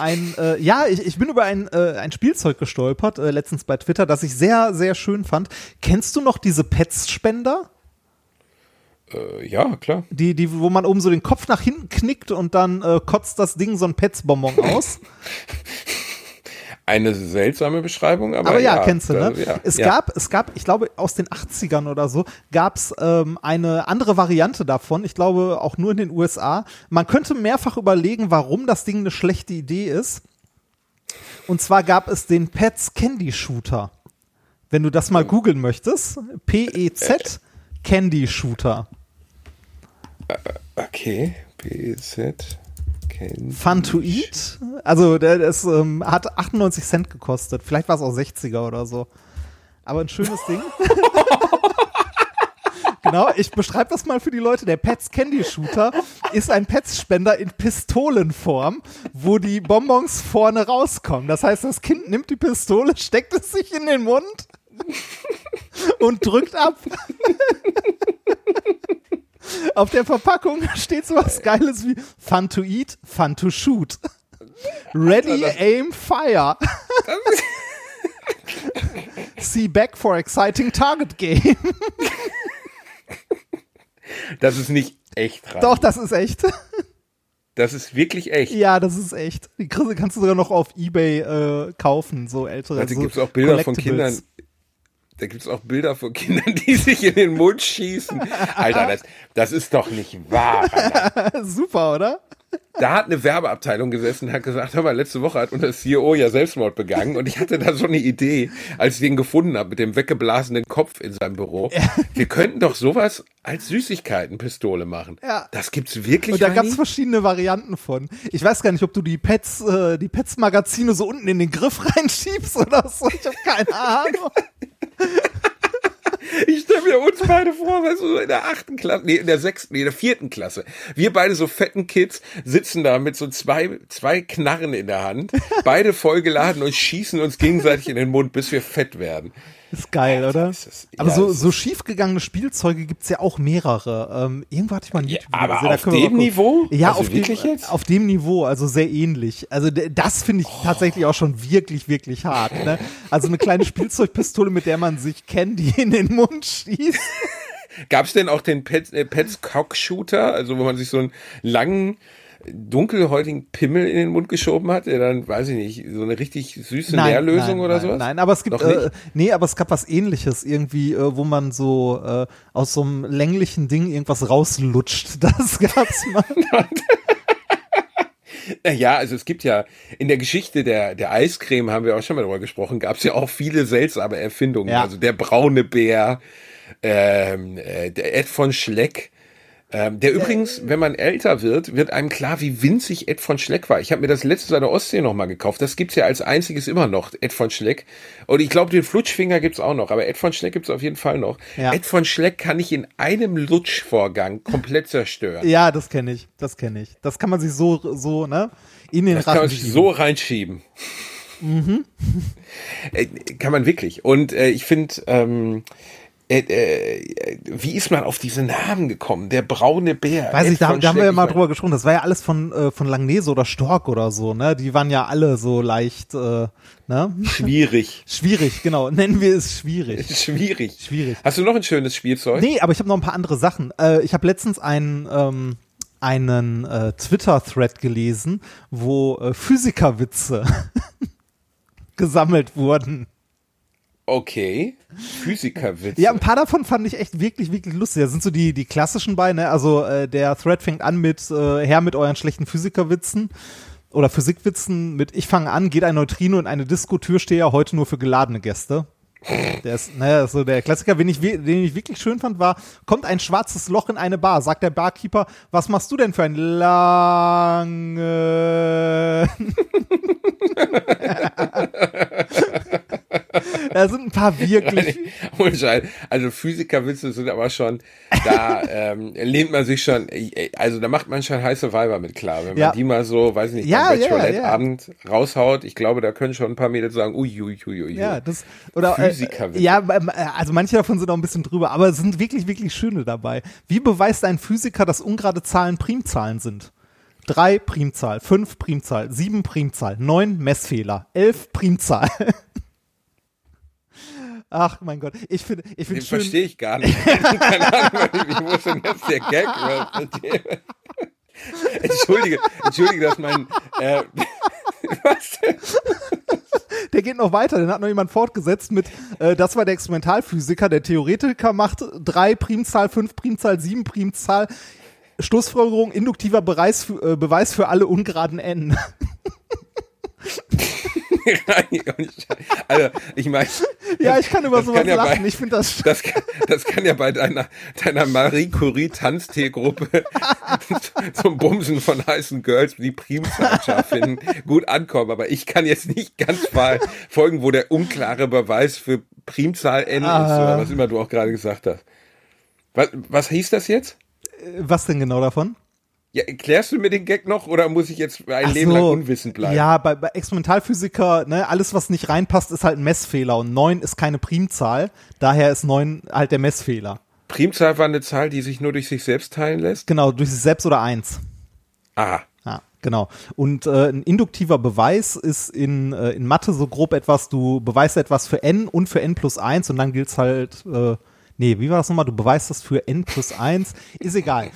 ein Spielzeug gestolpert, letztens bei Twitter, das ich sehr, sehr schön fand. Kennst du noch diese Pets-Spender? Ja, klar. Wo man oben so den Kopf nach hinten knickt und dann kotzt das Ding so ein Pets-Bonbon aus. Eine seltsame Beschreibung, aber ja, kennst du, ne? Ja, es gab, ich glaube, aus den 80ern oder so, gab es eine andere Variante davon, ich glaube auch nur in den USA. Man könnte mehrfach überlegen, warum das Ding eine schlechte Idee ist. Und zwar gab es den Pets Candy Shooter. Wenn du das mal googeln möchtest, PEZ Candy Shooter. Okay, PEZ Candy. Fun to eat. Also das hat 98 Cent gekostet. Vielleicht war es auch 60er oder so. Aber ein schönes Ding. Genau, ich beschreibe das mal für die Leute. Der Pets Candy Shooter ist ein Pets-Spender in Pistolenform, wo die Bonbons vorne rauskommen. Das heißt, das Kind nimmt die Pistole, steckt es sich in den Mund und drückt ab. Auf der Verpackung steht so was Geiles wie Fun to eat, fun to shoot. Ready, aim, fire. See back for exciting target game. Das ist nicht echt rein. Doch, das ist echt. Das ist wirklich echt. Ja, das ist echt. Die kannst du sogar noch auf eBay kaufen, so ältere. Also so gibt es auch Bilder von Kindern. Da gibt es auch Bilder von Kindern, die sich in den Mund schießen. Alter, das ist doch nicht wahr. Alter. Super, oder? Da hat eine Werbeabteilung gesessen und hat gesagt, hör mal, letzte Woche hat unser CEO ja Selbstmord begangen und ich hatte da so eine Idee, als ich den gefunden habe mit dem weggeblasenen Kopf in seinem Büro. Ja. Wir könnten doch sowas als Süßigkeitenpistole machen. Ja. Das gibt's wirklich. Und da gab's verschiedene Varianten von. Ich weiß gar nicht, ob du die Pets-Magazine so unten in den Griff reinschiebst oder so. Ich habe keine Ahnung. Ich stelle mir uns beide vor, weißt du, so in der 8. Klasse, in der 4. Klasse. Wir beide so fetten Kids sitzen da mit so zwei Knarren in der Hand, beide vollgeladen und schießen uns gegenseitig in den Mund, bis wir fett werden. Ist geil, oder? Aber so schiefgegangene Spielzeuge gibt's ja auch mehrere. Irgendwo hatte ich mal ein YouTube aber gesehen, auf dem Niveau? Ja, also auf dem Niveau, also sehr ähnlich. Also das finde ich tatsächlich auch schon wirklich, wirklich hart. Ne? Also eine kleine Spielzeugpistole, mit der man sich Candy in den Mund schießt. Gab's denn auch den Pets Cock Shooter, also wo man sich so einen langen dunkelhäutigen Pimmel in den Mund geschoben hat, der dann, weiß ich nicht, so eine richtig süße Nährlösung oder sowas? Nein, aber es gibt, aber es gab was Ähnliches irgendwie, wo man so aus so einem länglichen Ding irgendwas rauslutscht. Das gab's mal. Ja, also es gibt ja in der Geschichte der Eiscreme, haben wir auch schon mal darüber gesprochen, gab's ja auch viele seltsame Erfindungen. Ja. Also der braune Bär, der Ed von Schleck, der übrigens, wenn man älter wird einem klar, wie winzig Ed von Schleck war. Ich habe mir das letzte an der Ostsee nochmal gekauft. Das gibt's ja als einziges immer noch, Ed von Schleck. Und ich glaube, den Flutschfinger gibt's auch noch, aber Ed von Schleck gibt's auf jeden Fall noch. Ja. Ed von Schleck kann ich in einem Lutschvorgang komplett zerstören. Ja, das kenne ich. Das kann man sich so, ne, in den Rachen schieben. Das kann man sich so reinschieben. Mhm. Kann man wirklich. Und ich finde, wie ist man auf diese Namen gekommen? Der braune Bär. Weiß ich, da haben wir ja mal drüber gesprochen. Das war ja alles von Langnese oder Stork oder so, ne? Die waren ja alle so leicht, ne? Schwierig. Schwierig, genau. Nennen wir es schwierig. Schwierig. Hast du noch ein schönes Spielzeug? Nee, aber ich habe noch ein paar andere Sachen. Ich habe letztens einen Twitter-Thread gelesen, wo Physikerwitze gesammelt wurden. Okay, Physikerwitze. Ja, ein paar davon fand ich echt wirklich, wirklich lustig. Das sind so die klassischen beiden, ne? Also der Thread fängt an mit her mit euren schlechten Physikerwitzen oder Physikwitzen mit ich fange an, geht ein Neutrino in eine Disco, Türsteher, heute nur für geladene Gäste. Der ist, so der Klassiker, den ich wirklich schön fand, war, kommt ein schwarzes Loch in eine Bar, sagt der Barkeeper, was machst du denn für ein lange... Da sind ein paar wirklich... Also Physikerwitze sind aber schon, da lehnt man sich schon, also da macht man schon heiße Weiber mit klar. Wenn man die mal so, weiß ich nicht, beim Bachelorette-Abend raushaut, ich glaube, da können schon ein paar Mädels sagen, uiuiui. Ja, Physikerwitze. Also manche davon sind auch ein bisschen drüber, aber es sind wirklich, wirklich schöne dabei. Wie beweist ein Physiker, dass ungerade Zahlen Primzahlen sind? 3 Primzahl, 5 Primzahl, 7 Primzahl, 9 Messfehler, 11 Primzahl. Ach mein Gott, ich finde den schön. Verstehe ich gar nicht. Keine Ahnung, wie muss denn jetzt der Gag wird? Entschuldige, dass mein was denn? Der geht noch weiter, den hat noch jemand fortgesetzt mit, das war der Experimentalphysiker, der Theoretiker macht 3 Primzahl, 5 Primzahl, 7 Primzahl, Schlussfolgerung, induktiver Beweis für alle ungeraden N. Also, ich meine. Ja, ich kann über sowas lachen. Ich finde das schön. Das kann ja bei deiner Marie Curie Tanztee-Gruppe zum Bumsen von heißen Girls die Primzahl scharf finden, gut ankommen. Aber ich kann jetzt nicht ganz folgen, wo der unklare Beweis für Primzahl N ist, oder was immer du auch gerade gesagt hast. Was hieß das jetzt? Was denn genau davon? Ja, erklärst du mir den Gag noch oder muss ich jetzt ein Leben lang unwissend bleiben? Ja, bei Experimentalphysiker, ne, alles was nicht reinpasst, ist halt ein Messfehler und 9 ist keine Primzahl, daher ist 9 halt der Messfehler. Primzahl war eine Zahl, die sich nur durch sich selbst teilen lässt? Genau, durch sich selbst oder 1. Aha. Ja, Genau. Und ein induktiver Beweis ist in Mathe so grob etwas, du beweist etwas für n und für n plus 1 und dann gilt's halt, wie war das nochmal? Du beweist das für n plus 1, ist egal.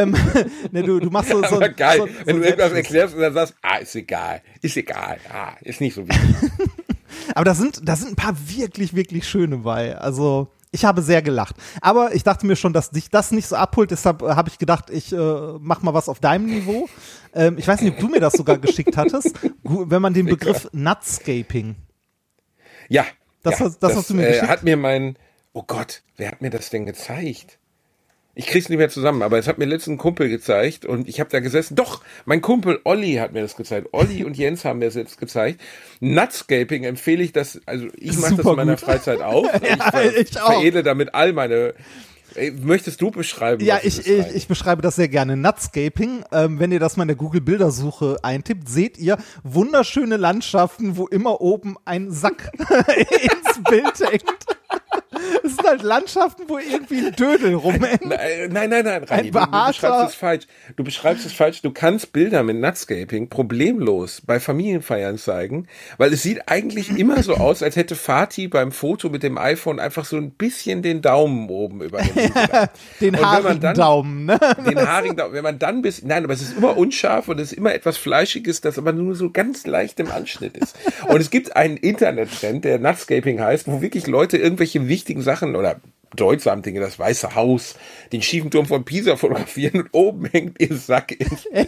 Du machst so Aber geil, so wenn du irgendwas erklärst und dann sagst, ist egal, ist nicht so wichtig. Aber da sind ein paar wirklich, wirklich schöne bei. Also ich habe sehr gelacht. Aber ich dachte mir schon, dass dich das nicht so abholt. Deshalb habe ich gedacht, ich mach mal was auf deinem Niveau. Ich weiß nicht, ob du mir das sogar geschickt hattest. Wenn man den Begriff Nutscaping. Ja. Das hast du mir geschickt. Hat mir oh Gott, wer hat mir das denn gezeigt? Ich krieg's nicht mehr zusammen, aber es hat mir letztens ein Kumpel gezeigt und ich habe da gesessen. Doch, mein Kumpel Olli hat mir das gezeigt. Olli und Jens haben mir das jetzt gezeigt. Nutscaping empfehle ich das, also ich mache das in meiner Freizeit auch. Ja, ich auch. Veredle damit all meine. Möchtest du beschreiben? Ja, ich beschreibe das sehr gerne. Nutscaping, wenn ihr das mal in der Google-Bildersuche eintippt, seht ihr wunderschöne Landschaften, wo immer oben ein Sack ins Bild hängt. Es sind halt Landschaften, wo irgendwie ein Dödel rumhängt. Nein, Rani, du beschreibst es falsch. Du beschreibst es falsch. Du kannst Bilder mit Nutscaping problemlos bei Familienfeiern zeigen, weil es sieht eigentlich immer so aus, als hätte Fatih beim Foto mit dem iPhone einfach so ein bisschen den Daumen oben über den Bilder. Den haarigen Daumen, ne? Den haarigen Daumen. Wenn man dann nein, aber es ist immer unscharf und es ist immer etwas Fleischiges, das aber nur so ganz leicht im Anschnitt ist. Und es gibt einen Internettrend, der Nutscaping heißt, wo wirklich Leute irgendwelche wichtigen Sachen oder bedeutsame Dinge, das Weiße Haus, den schiefen Turm von Pisa fotografieren und oben hängt ihr Sack ins Bild.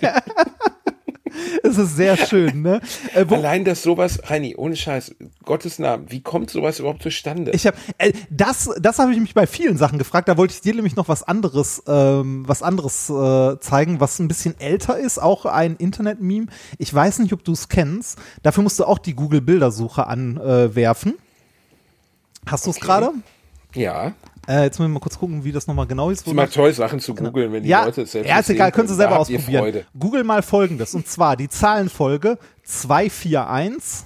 Es ist sehr schön, ne? Allein, dass sowas, Reini, ohne Scheiß, Gottes Namen, wie kommt sowas überhaupt zustande? Das habe ich mich bei vielen Sachen gefragt. Da wollte ich dir nämlich noch was anderes zeigen, was ein bisschen älter ist, auch ein Internet-Meme. Ich weiß nicht, ob du es kennst. Dafür musst du auch die Google-Bildersuche anwerfen. Hast du es gerade? Ja. Jetzt müssen wir mal kurz gucken, wie das nochmal genau ist. Es ist immer toll, Sachen zu googeln, wenn die Leute es selbst Ja, ist egal, können Sie selber da habt ihr ausprobieren. Freude. Google mal Folgendes, und zwar die Zahlenfolge 241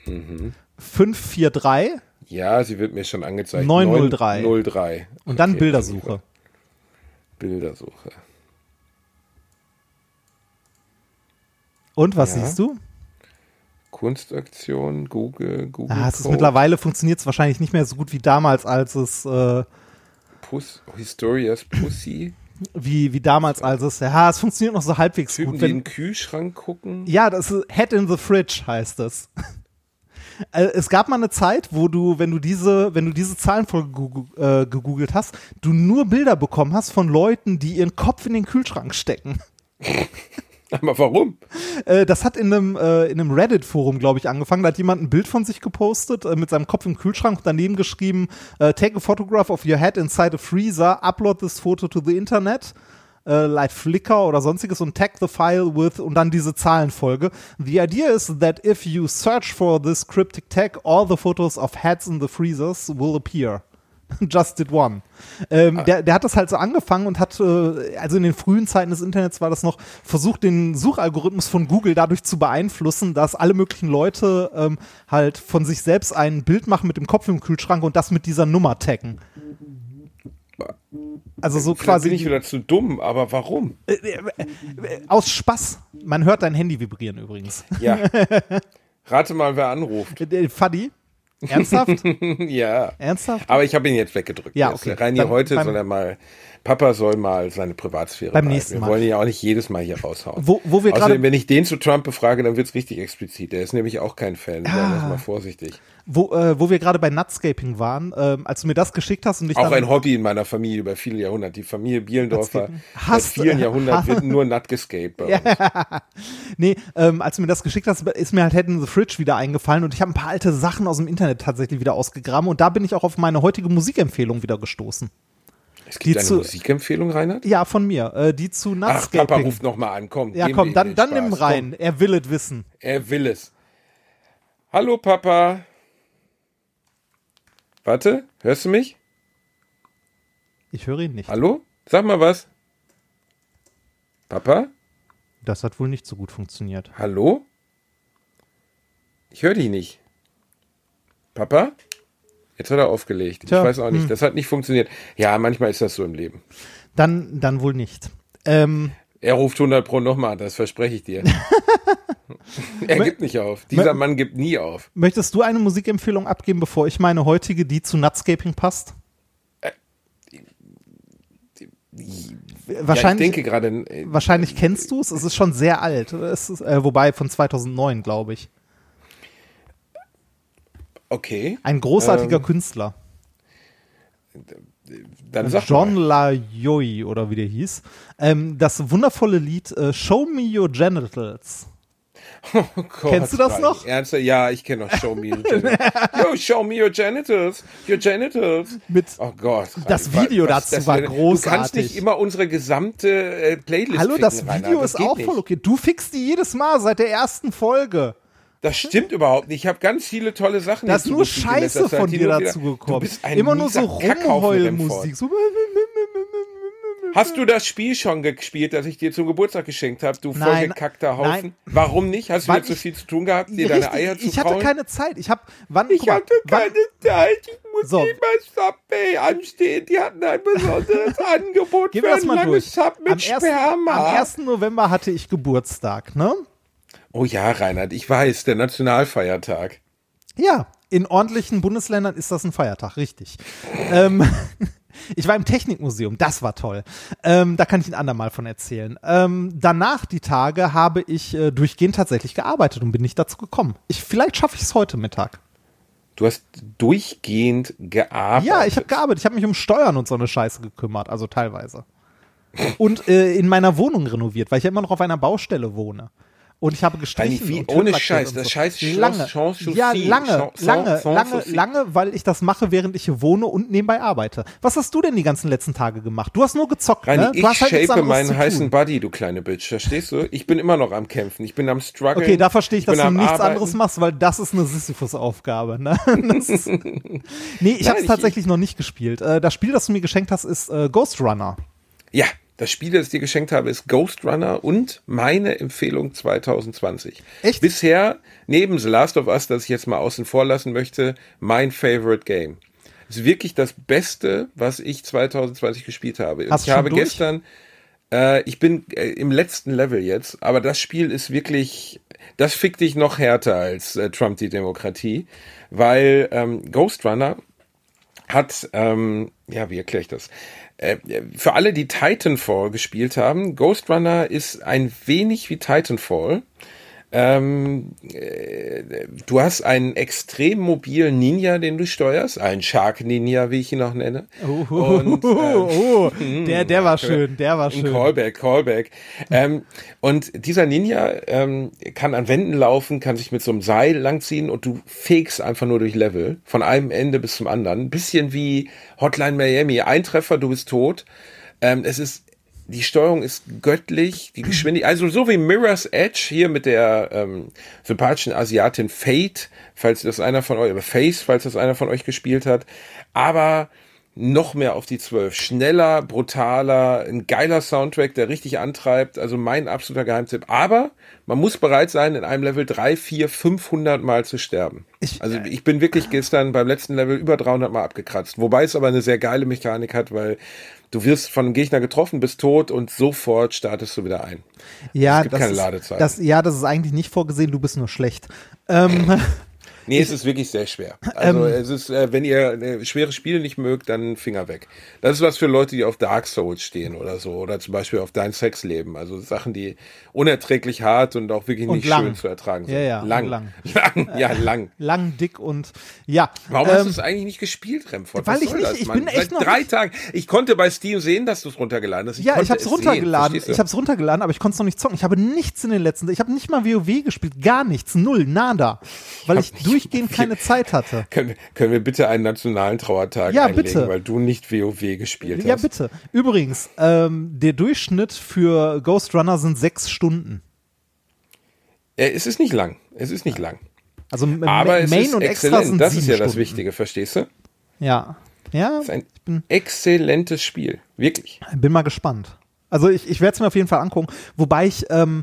543 Ja, sie wird mir schon angezeigt. 903. 903. Und dann Okay, Bildersuche. Bildersuche. Und was Ja. siehst du? Kunstaktion, Google Es ist mittlerweile funktioniert es wahrscheinlich nicht mehr so gut wie damals, als es Historias Pussy. wie damals, als es funktioniert noch so halbwegs Typen, gut. die in den Kühlschrank gucken. Ja, das ist Head in the Fridge heißt es. Es gab mal eine Zeit, wo du, wenn du diese Zahlenfolge gegoogelt hast, du nur Bilder bekommen hast von Leuten, die ihren Kopf in den Kühlschrank stecken. Aber warum? Das hat in einem Reddit-Forum, glaube ich, angefangen. Da hat jemand ein Bild von sich gepostet mit seinem Kopf im Kühlschrank und daneben geschrieben, take a photograph of your head inside a freezer, upload this photo to the internet, like Flickr oder sonstiges und tag the file with und dann diese Zahlenfolge. The idea is that if you search for this cryptic tag, all the photos of heads in the freezers will appear. Just did one. Der hat das halt so angefangen und hat, also in den frühen Zeiten des Internets war das noch, versucht, den Suchalgorithmus von Google dadurch zu beeinflussen, dass alle möglichen Leute halt von sich selbst ein Bild machen mit dem Kopf im Kühlschrank und das mit dieser Nummer taggen. Also so Vielleicht quasi. bin ich wieder zu dumm, aber warum? Aus Spaß. Man hört dein Handy vibrieren übrigens. Ja. Rate mal, wer anruft. Fadi? Ernsthaft? Ja. Ernsthaft? Aber ich habe ihn jetzt weggedrückt. Ja, Jetzt, okay. Reini, Dann heute beim- soll er mal, Papa soll mal seine Privatsphäre Beim behalten. nächsten Mal. Wir wollen ihn ja auch nicht jedes Mal hier raushauen. Wo wir gerade Außerdem, wenn ich den zu Trump befrage, dann wird's richtig explizit. Der ist nämlich auch kein Fan. Sei das mal vorsichtig. Wo wir gerade bei Nutscaping waren, als du mir das geschickt hast und ich Auch dann, ein Hobby in meiner Familie über viele Jahrhunderte. Die Familie Bielendorfer Nutscaping. seit vielen Jahrhunderten wird nur nutgescaped bei uns. als du mir das geschickt hast, ist mir halt Head in the Fridge wieder eingefallen und ich habe ein paar alte Sachen aus dem Internet tatsächlich wieder ausgegraben und da bin ich auch auf meine heutige Musikempfehlung wieder gestoßen. Es gibt Die eine zu- Musikempfehlung, Reinhard? Ja, von mir, die zu Ach, Nutscaping. Papa ruft nochmal an. Komm, Ja, geben komm, wir ihm dann den nimm Spaß. rein. Er will es wissen. Komm, er will es. Hallo, Papa. Warte, hörst du mich? Ich höre ihn nicht. Hallo? Sag mal was. Papa? Das hat wohl nicht so gut funktioniert. Hallo? Ich höre dich nicht. Papa? Jetzt hat er aufgelegt. Tja, Ich weiß auch nicht. Das hat nicht funktioniert. Ja, manchmal ist das so im Leben. Dann wohl nicht. Er ruft 100 Pro nochmal an, das verspreche ich dir. Er gibt nicht auf. Dieser Mann gibt nie auf. Möchtest du eine Musikempfehlung abgeben, bevor ich meine heutige, die zu Nutscaping passt? Wahrscheinlich, ich denke gerade. Wahrscheinlich kennst du es. Es ist schon sehr alt. Es ist, wobei von 2009, glaube ich. Okay. Ein großartiger Künstler. Dann sag John mal. LaJoie oder wie der hieß. Das wundervolle Lied Show Me Your Genitals. Oh Gott, Kennst du das noch? Ernsthaft? Ja, ich kenne noch Show Me Your Genitals. Yo, show me your genitals. Your genitals. Oh Gott. Das Video dazu war großartig. Du kannst nicht immer unsere gesamte Playlist Hallo, das ficken, Video Rainer. ist auch voll okay. Du fixst die jedes Mal seit der ersten Folge. Das stimmt überhaupt nicht. Ich habe ganz viele tolle Sachen. Da ist nur Scheiße von dir dazu gekommen. Du bist ein immer nur so Rumheulmusik. Rumheulmusik. So Hast du das Spiel schon gespielt, das ich dir zum Geburtstag geschenkt habe, du Nein, vollgekackter Haufen? nein. Warum nicht? Hast du Weil jetzt so ich- viel zu tun gehabt, dir deine Eier zu ich hatte kraulen? keine Zeit. Ich hatte keine Zeit. Ich muss So. nicht bei Subway anstehen. Die hatten ein besonderes Angebot Gehen für wir das ein mal langes durch. Sub mit Sperma. Am 1. November hatte ich Geburtstag, ne? Oh ja, Reinhard, ich weiß, der Nationalfeiertag. Ja, in ordentlichen Bundesländern ist das ein Feiertag, richtig. Ich war im Technikmuseum, das war toll. Da kann ich ein andermal von erzählen. Danach die Tage habe ich durchgehend tatsächlich gearbeitet und bin nicht dazu gekommen. Vielleicht schaffe ich es heute Mittag. Du hast durchgehend gearbeitet. Ja, ich habe gearbeitet. Ich habe mich um Steuern und so eine Scheiße gekümmert, also teilweise. Und in meiner Wohnung renoviert, weil ich ja immer noch auf einer Baustelle wohne. Und ich habe gestrichen. Wie, und ohne Tür Scheiß, lackiert das und scheiß lange, weil ich das mache, während ich hier wohne und nebenbei arbeite. Was hast du denn die ganzen letzten Tage gemacht? Du hast nur gezockt, Reini, ne? Du hast halt nichts shape anderes meinen zu heißen tun. Buddy, du kleine Bitch, verstehst du? Ich bin immer noch am Kämpfen, ich bin am Struggeln. Okay, da verstehe ich, dass bin du am nichts Arbeiten. anderes machst, weil das ist eine Sisyphus-Aufgabe. Ne? Nee, ich habe es tatsächlich noch nicht gespielt. Das Spiel, das du mir geschenkt hast, ist Ghost Runner. Ja, das Spiel, das ich dir geschenkt habe, ist Ghost Runner und meine Empfehlung 2020. Echt? Bisher, neben The Last of Us, das ich jetzt mal außen vor lassen möchte, mein Favorite Game. Ist wirklich das Beste, was ich 2020 gespielt habe. Hast du Ich habe schon durch? gestern, ich bin im letzten Level jetzt, aber das Spiel ist wirklich, das fickt dich noch härter als Trump die Demokratie, weil Ghost Runner hat, wie erkläre ich das? Für alle, die Titanfall gespielt haben, Ghost Runner ist ein wenig wie Titanfall. Du hast einen extrem mobilen Ninja, den du steuerst, einen Shark Ninja, wie ich ihn auch nenne. Der war schön, der war schön. Callback. Und dieser Ninja kann an Wänden laufen, kann sich mit so einem Seil langziehen und du fegst einfach nur durch Level, von einem Ende bis zum anderen. Ein bisschen wie Hotline Miami. Ein Treffer, du bist tot. Die Steuerung ist göttlich, die Geschwindigkeit, also so wie Mirror's Edge hier mit der sympathischen Asiatin Fate, falls das einer von euch, oder Face, falls das einer von euch gespielt hat, aber noch mehr auf die 12. Schneller, brutaler, ein geiler Soundtrack, der richtig antreibt, also mein absoluter Geheimtipp. Aber man muss bereit sein, in einem Level 3, 4, 500 Mal zu sterben. Ich bin wirklich gestern beim letzten Level über 300 Mal abgekratzt, wobei es aber eine sehr geile Mechanik hat, weil du wirst von einem Gegner getroffen, bist tot und sofort startest du wieder ein. Ja, es gibt keine Ladezeit. Das ist eigentlich nicht vorgesehen, du bist nur schlecht. Nee, es ist wirklich sehr schwer. Also es ist, wenn ihr schwere Spiele nicht mögt, dann Finger weg. Das ist was für Leute, die auf Dark Souls stehen oder so. Oder zum Beispiel auf Dein Sexleben. Also Sachen, die unerträglich hart und auch wirklich nicht schön zu ertragen sind. Ja, lang. Lang, dick und ja. Warum hast du es eigentlich nicht gespielt, Remford? Weil ich nicht, ich bin echt noch Seit 3 Tagen. Ich konnte bei Steam sehen, dass du es runtergeladen hast. Ich habe es runtergeladen. Sehen, ich habe es runtergeladen, aber ich konnte es noch nicht zocken. Ich habe nichts in den letzten, ich habe nicht mal WoW gespielt, gar nichts, null, nada, weil ich durchgehend keine Zeit hatte. Können wir bitte einen nationalen Trauertag einlegen, bitte. weil du nicht WoW gespielt hast? Ja, bitte. Übrigens, der Durchschnitt für Ghost Runner sind 6 Stunden. Es ist nicht lang. Also Aber es Main ist und Extra exzellent. sind Das 7 ist ja Stunden. das Wichtige, verstehst du? Ja. Ja, Es ist ein exzellentes Spiel. Wirklich. bin mal gespannt. Also ich werde es mir auf jeden Fall angucken. Wobei ich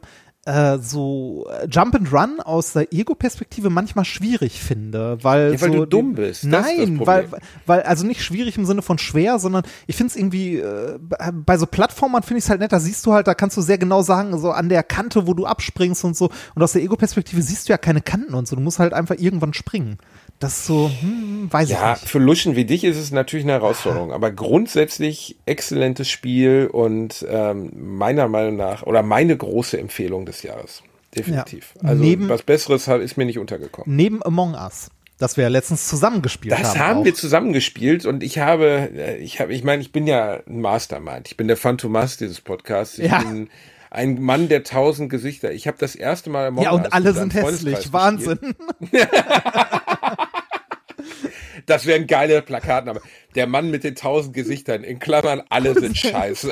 so Jump and Run aus der Ego-Perspektive manchmal schwierig finde, weil Ja, weil so du dumm bist. Das ist das Nein, Problem. weil also nicht schwierig im Sinne von schwer, sondern ich finde es irgendwie bei so Plattformern finde ich es halt nett, da siehst du halt, da kannst du sehr genau sagen, so an der Kante, wo du abspringst und so, und aus der Ego-Perspektive siehst du ja keine Kanten und so, du musst halt einfach irgendwann springen. Das ist so, weiß ich Ja, nicht. für Luschen wie dich ist es natürlich eine Herausforderung, aber grundsätzlich exzellentes Spiel und meiner Meinung nach, oder meine große Empfehlung des Jahres. Definitiv. Ja. Also Neben- was Besseres ist mir nicht untergekommen. Neben Among Us, das wir ja letztens zusammengespielt haben. Das haben auch. wir zusammengespielt und ich meine, ich bin ja ein Mastermind. Ich bin der Phantomas dieses Podcasts. Ich Ja. bin ein Mann der 1000 Gesichter. Ich habe das erste Mal Among Ja, Us und alle mit einem sind Freundeskreis hässlich. Wahnsinn. gespielt. Das wäre ein geiler Plakatname. Der Mann mit den 1000 Gesichtern, in Klammern, alle sind scheiße.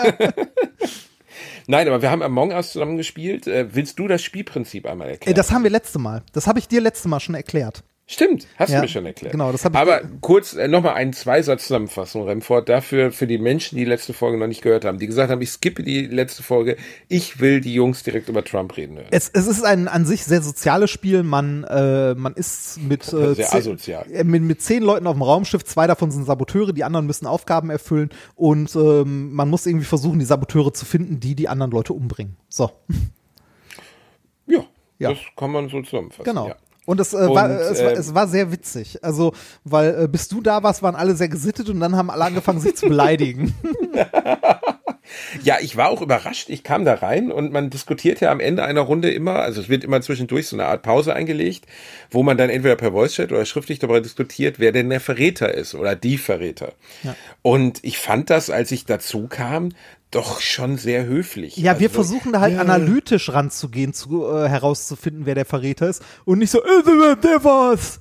Nein, aber wir haben Among Us zusammen gespielt. Willst du das Spielprinzip einmal erklären? Das haben wir letzte Mal. Das habe ich dir letzte Mal schon erklärt. Stimmt, hast Ja, du mir schon erklärt. genau, das hab ich Aber dir- kurz nochmal einen Zweisatz-Zusammenfassung, Remford, dafür für die Menschen, die letzte Folge noch nicht gehört haben, die gesagt haben, ich skippe die letzte Folge, ich will die Jungs direkt über Trump reden hören. Es ist ein an sich sehr soziales Spiel. Man ist mit, Sehr asozial. mit 10 Leuten auf dem Raumschiff, 2 davon sind Saboteure, die anderen müssen Aufgaben erfüllen und man muss irgendwie versuchen, die Saboteure zu finden, die anderen Leute umbringen. So, Ja, Ja. das kann man so zusammenfassen. genau. Ja. Und es war sehr witzig. Also, weil bis du da warst, waren alle sehr gesittet und dann haben alle angefangen, sich zu beleidigen. Ja, ich war auch überrascht. Ich kam da rein und man diskutiert ja am Ende einer Runde immer, also es wird immer zwischendurch so eine Art Pause eingelegt, wo man dann entweder per Voice-Chat oder schriftlich darüber diskutiert, wer denn der Verräter ist oder die Verräter. Ja. Und ich fand das, als ich dazu kam, doch schon sehr höflich. Ja, wir Also, versuchen da halt ja. analytisch ranzugehen, herauszufinden, wer der Verräter ist und nicht so, der war's.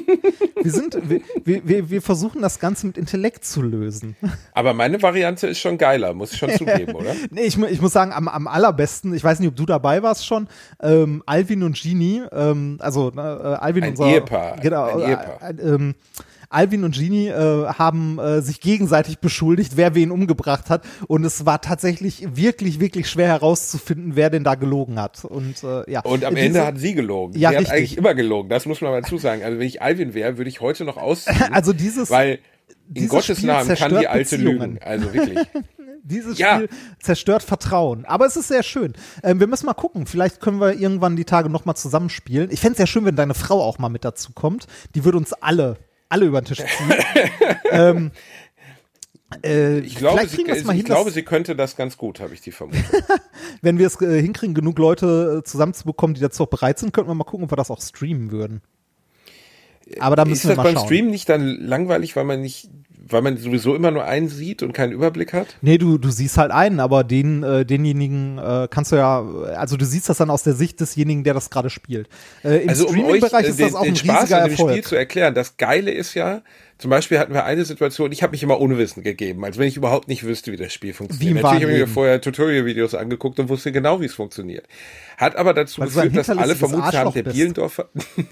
wir versuchen das Ganze mit Intellekt zu lösen. Aber meine Variante ist schon geiler, muss ich schon zugeben, oder? Nee, ich muss sagen, am allerbesten, ich weiß nicht, ob du dabei warst schon, Alvin und Genie, Alvin Ein unser Ehepaar, Genau, ein Ehepaar. Alvin und Genie haben sich gegenseitig beschuldigt, wer wen umgebracht hat. Und es war tatsächlich wirklich, wirklich schwer herauszufinden, wer denn da gelogen hat. Und ja. Und am Ende hat sie gelogen. Ja, sie hat richtig. eigentlich immer gelogen, das muss man mal dazu sagen. Also wenn ich Alvin wäre, würde ich heute noch ausziehen. Also dieses, weil in dieses Gottes Spiel Namen kann zerstört die alte Beziehungen. lügen. Also wirklich. Dieses Ja. Spiel zerstört Vertrauen. Aber es ist sehr schön. Wir müssen mal gucken. Vielleicht können wir irgendwann die Tage nochmal zusammenspielen. Ich fände es sehr schön, wenn deine Frau auch mal mit dazu kommt. Die würde uns alle über den Tisch ziehen. Ich glaube, vielleicht kriegen wir es mal hin, dass- sie könnte das ganz gut, habe ich die Vermutung. wenn wir es hinkriegen, genug Leute zusammenzubekommen, die dazu auch bereit sind, könnten wir mal gucken, ob wir das auch streamen würden. Aber da Ist müssen wir das mal beim schauen. Stream nicht dann langweilig, weil man sowieso immer nur einen sieht und keinen Überblick hat? Nee, du siehst halt einen, aber denjenigen kannst du ja, also du siehst das dann aus der Sicht desjenigen, der das gerade spielt. Im Also um euch Streaming-Bereich ist das auch ein den Spaß riesiger an dem Spiel Erfolg. zu erklären, das Geile ist ja, zum Beispiel hatten wir eine Situation, ich habe mich immer Unwissen gegeben, als wenn ich überhaupt nicht wüsste, wie das Spiel Wie funktioniert. im Natürlich habe ich mir Leben. vorher Tutorial-Videos angeguckt und wusste genau, wie es funktioniert. Hat aber dazu Weil du ein geführt, dass alle hinterlistiges vermutet haben, Arschloch der bist. Bielendorfer,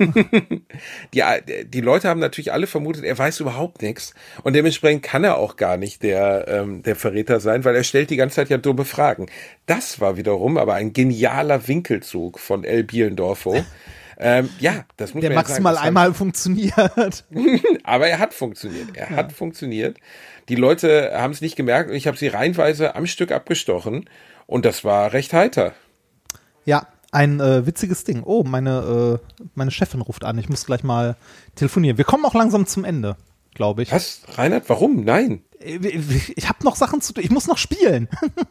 die Leute haben natürlich alle vermutet, er weiß überhaupt nichts und dementsprechend kann er auch gar nicht der Verräter sein, weil er stellt die ganze Zeit ja dumme Fragen. Das war wiederum aber ein genialer Winkelzug von El Bielendorfo. Ja, das muss Der man ja sagen. maximal Das hat- einmal funktioniert. aber er hat funktioniert. Er hat funktioniert. Die Leute haben es nicht gemerkt und ich habe sie reihenweise am Stück abgestochen und das war recht heiter. Ja, ein witziges Ding. Oh, meine Chefin ruft an. Ich muss gleich mal telefonieren. Wir kommen auch langsam zum Ende, glaube ich. Was? Reinhard, warum? Nein. Ich habe noch Sachen zu tun. Ich muss noch spielen.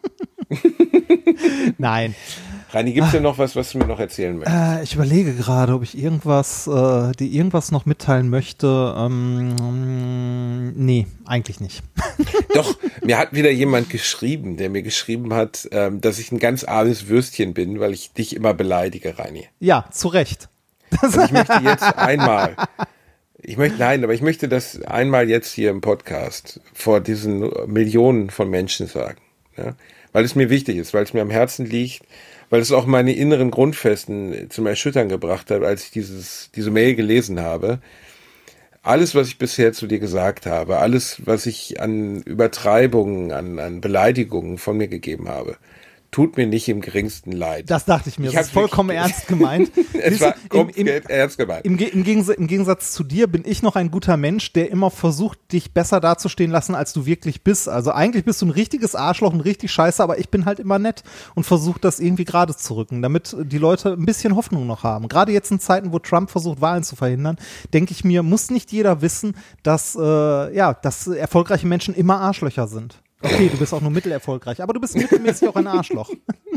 Nein. Reini, gibt's denn noch was du mir noch erzählen möchtest? Ich überlege gerade, ob ich dir irgendwas noch mitteilen möchte. Nee, eigentlich nicht. Doch, mir hat wieder jemand geschrieben, der mir geschrieben hat, dass ich ein ganz armes Würstchen bin, weil ich dich immer beleidige, Reini. Ja, zu Recht. Und ich möchte jetzt einmal, ich möchte das einmal jetzt hier im Podcast vor diesen Millionen von Menschen sagen. Ja? Weil es mir wichtig ist, weil es mir am Herzen liegt, weil es auch meine inneren Grundfesten zum Erschüttern gebracht hat, als ich diese Mail gelesen habe. Alles, was ich bisher zu dir gesagt habe, alles, was ich an Übertreibungen, an Beleidigungen von mir gegeben habe, tut mir nicht im geringsten leid. Das dachte ich mir, das ist vollkommen ernst gemeint. Es war komplett ernst gemeint. Im Gegensatz zu dir bin ich noch ein guter Mensch, der immer versucht, dich besser dazustehen lassen, als du wirklich bist. Also eigentlich bist du ein richtiges Arschloch, ein richtig Scheiße, aber ich bin halt immer nett und versuche das irgendwie gerade zu rücken, damit die Leute ein bisschen Hoffnung noch haben. Gerade jetzt in Zeiten, wo Trump versucht, Wahlen zu verhindern, denke ich mir, muss nicht jeder wissen, dass erfolgreiche Menschen immer Arschlöcher sind. Okay, du bist auch nur mittelerfolgreich, aber du bist mittelmäßig auch ein Arschloch.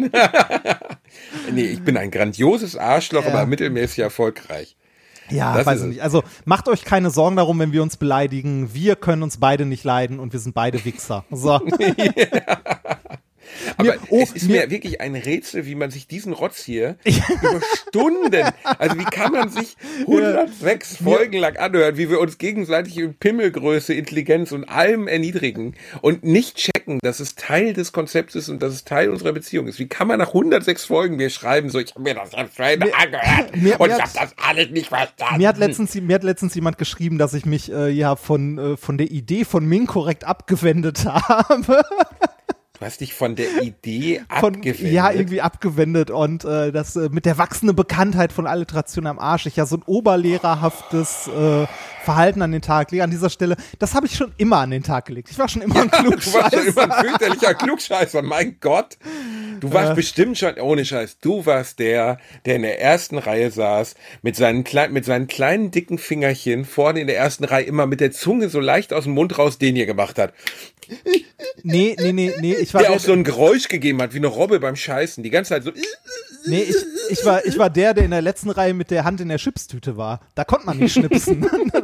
Nee, ich bin ein grandioses Arschloch, aber mittelmäßig erfolgreich. Ja, das weiß ich nicht. Also macht euch keine Sorgen darum, wenn wir uns beleidigen. Wir können uns beide nicht leiden und wir sind beide Wichser. So. Aber es ist mir wirklich ein Rätsel, wie man sich diesen Rotz hier über Stunden, also wie kann man sich 106 Folgen lang anhören, wie wir uns gegenseitig in Pimmelgröße, Intelligenz und allem erniedrigen und nicht checken, dass es Teil des Konzepts ist und dass es Teil unserer Beziehung ist. Wie kann man nach 106 Folgen mir schreiben, so ich habe mir das jetzt vorhin angehört und ich habe das alles nicht verstanden. Mir hat letztens jemand geschrieben, dass ich mich von der Idee von Minkorrekt abgewendet habe. Du hast dich von der Idee abgewendet. Ja, irgendwie abgewendet und das mit der wachsenden Bekanntheit von Alliteration am Arsch, ich ja so ein oberlehrerhaftes Verhalten an den Tag lege. An dieser Stelle, das habe ich schon immer an den Tag gelegt. Ich war schon immer ein Klugscheißer. Du warst schon immer ein fürchterlicher Klugscheißer, mein Gott. Du warst bestimmt schon, ohne Scheiß, du warst der in der ersten Reihe saß, mit seinen kleinen, dicken Fingerchen vorne in der ersten Reihe immer mit der Zunge so leicht aus dem Mund raus den hier gemacht hat. Nee. Ich war der auch so ein Geräusch gegeben hat, wie eine Robbe beim Scheißen. Die ganze Zeit so. Nee, ich war der in der letzten Reihe mit der Hand in der Chipstüte war. Da konnte man nicht schnipsen.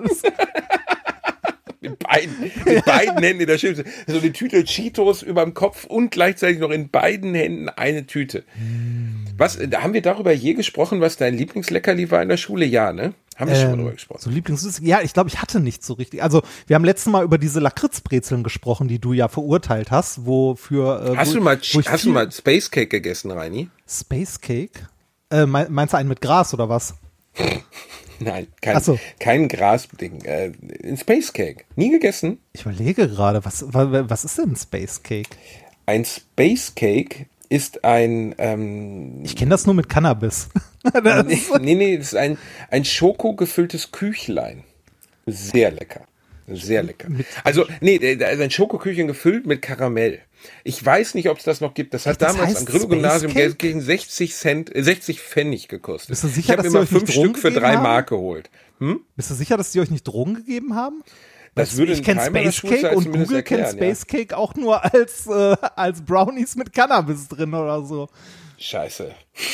Mit beiden Händen in der Chipstüte. So eine Tüte Cheetos überm Kopf und gleichzeitig noch in beiden Händen eine Tüte. Haben wir darüber je gesprochen, was dein Lieblingsleckerli war in der Schule? Ja, ne? Haben wir schon mal drüber gesprochen. Ja, ich glaube, ich hatte nicht so richtig. Also, wir haben letztes Mal über diese Lakritzbrezeln gesprochen, die du ja verurteilt hast, Hast du mal Space Cake gegessen, Reini? Space Cake? Meinst du einen mit Gras oder was? Nein, kein Grasding. Ein Space Cake. Nie gegessen? Ich überlege gerade, was ist denn ein Space Cake? Ein Space Cake ist ein ich kenne das nur mit Cannabis. Nee, das ist ein Schoko-gefülltes Küchlein. Sehr lecker. Sehr lecker. Also ein Schokoküchchen gefüllt mit Karamell. Ich weiß nicht, ob es das noch gibt. Das hat damals am Grillo-Gymnasium gegen 60 Pfennig gekostet. Bist du sicher, ich habe immer 5 Stück für 3 Mark geholt. Bist du sicher, dass die euch nicht Drogen gegeben haben? Das würde ich kenne Space Cake und Google kennt Space Cake auch nur als Brownies mit Cannabis drin oder so. Scheiße.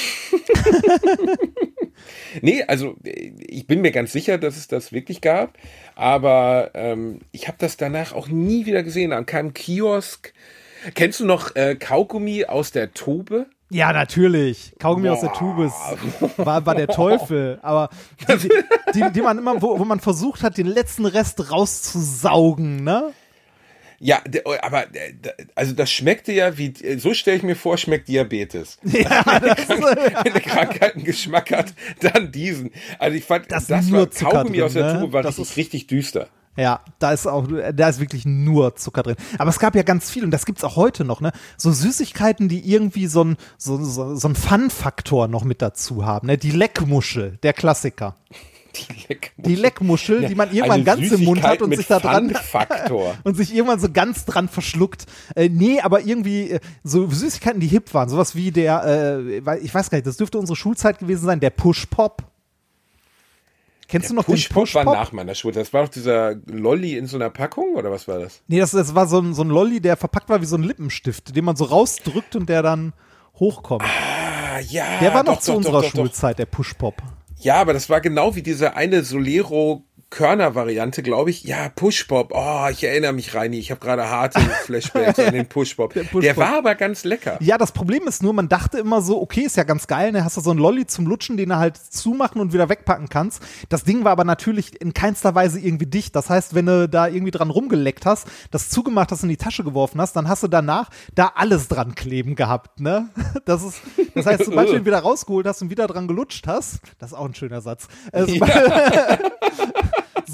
Nee, also ich bin mir ganz sicher, dass es das wirklich gab, aber ich habe das danach auch nie wieder gesehen an keinem Kiosk. Kennst du noch Kaugummi aus der Tube? Ja, natürlich. Kaugummi aus der Tube war der Teufel. Aber die man immer, wo man versucht hat, den letzten Rest rauszusaugen, ne? Ja, aber also das schmeckte ja wie, so stelle ich mir vor, schmeckt Diabetes. Ja, wenn eine Krankheit einen Geschmack hat, dann diesen. Also ich fand, das war Kaugummi aus der Tube, war richtig düster. Ja, da ist wirklich nur Zucker drin. Aber es gab ja ganz viel und das gibt's auch heute noch, ne? So Süßigkeiten, die irgendwie so einen Fun-Faktor noch mit dazu haben, ne? Die Leckmuschel, der Klassiker. Die Leckmuschel, die man irgendwann ganz im Mund hat und sich da dran und sich irgendwann so ganz dran verschluckt. Nee, aber irgendwie so Süßigkeiten, die hip waren, sowas wie ich weiß gar nicht, das dürfte unsere Schulzeit gewesen sein, der Push-Pop. Kennst du noch den Push-Pop? War nach meiner Schule. Das war doch dieser Lolli in so einer Packung, oder was war das? Nee, das war so ein Lolli, der verpackt war wie so ein Lippenstift, den man so rausdrückt und der dann hochkommt. Ah, ja. Der war noch zu unserer Schulzeit, der Push-Pop. Ja, aber das war genau wie diese eine Solero-Körner-Variante, glaube ich. Ja, Push-Pop. Oh, ich erinnere mich, Reini. Ich habe gerade harte Flashbacks an den Push-Pop. Der war aber ganz lecker. Ja, das Problem ist nur, man dachte immer so, okay, ist ja ganz geil, ne? Hast du so einen Lolli zum Lutschen, den du halt zumachen und wieder wegpacken kannst. Das Ding war aber natürlich in keinster Weise irgendwie dicht. Das heißt, wenn du da irgendwie dran rumgeleckt hast, das zugemacht hast und in die Tasche geworfen hast, dann hast du danach da alles dran kleben gehabt, ne? Das heißt, sobald du ihn wieder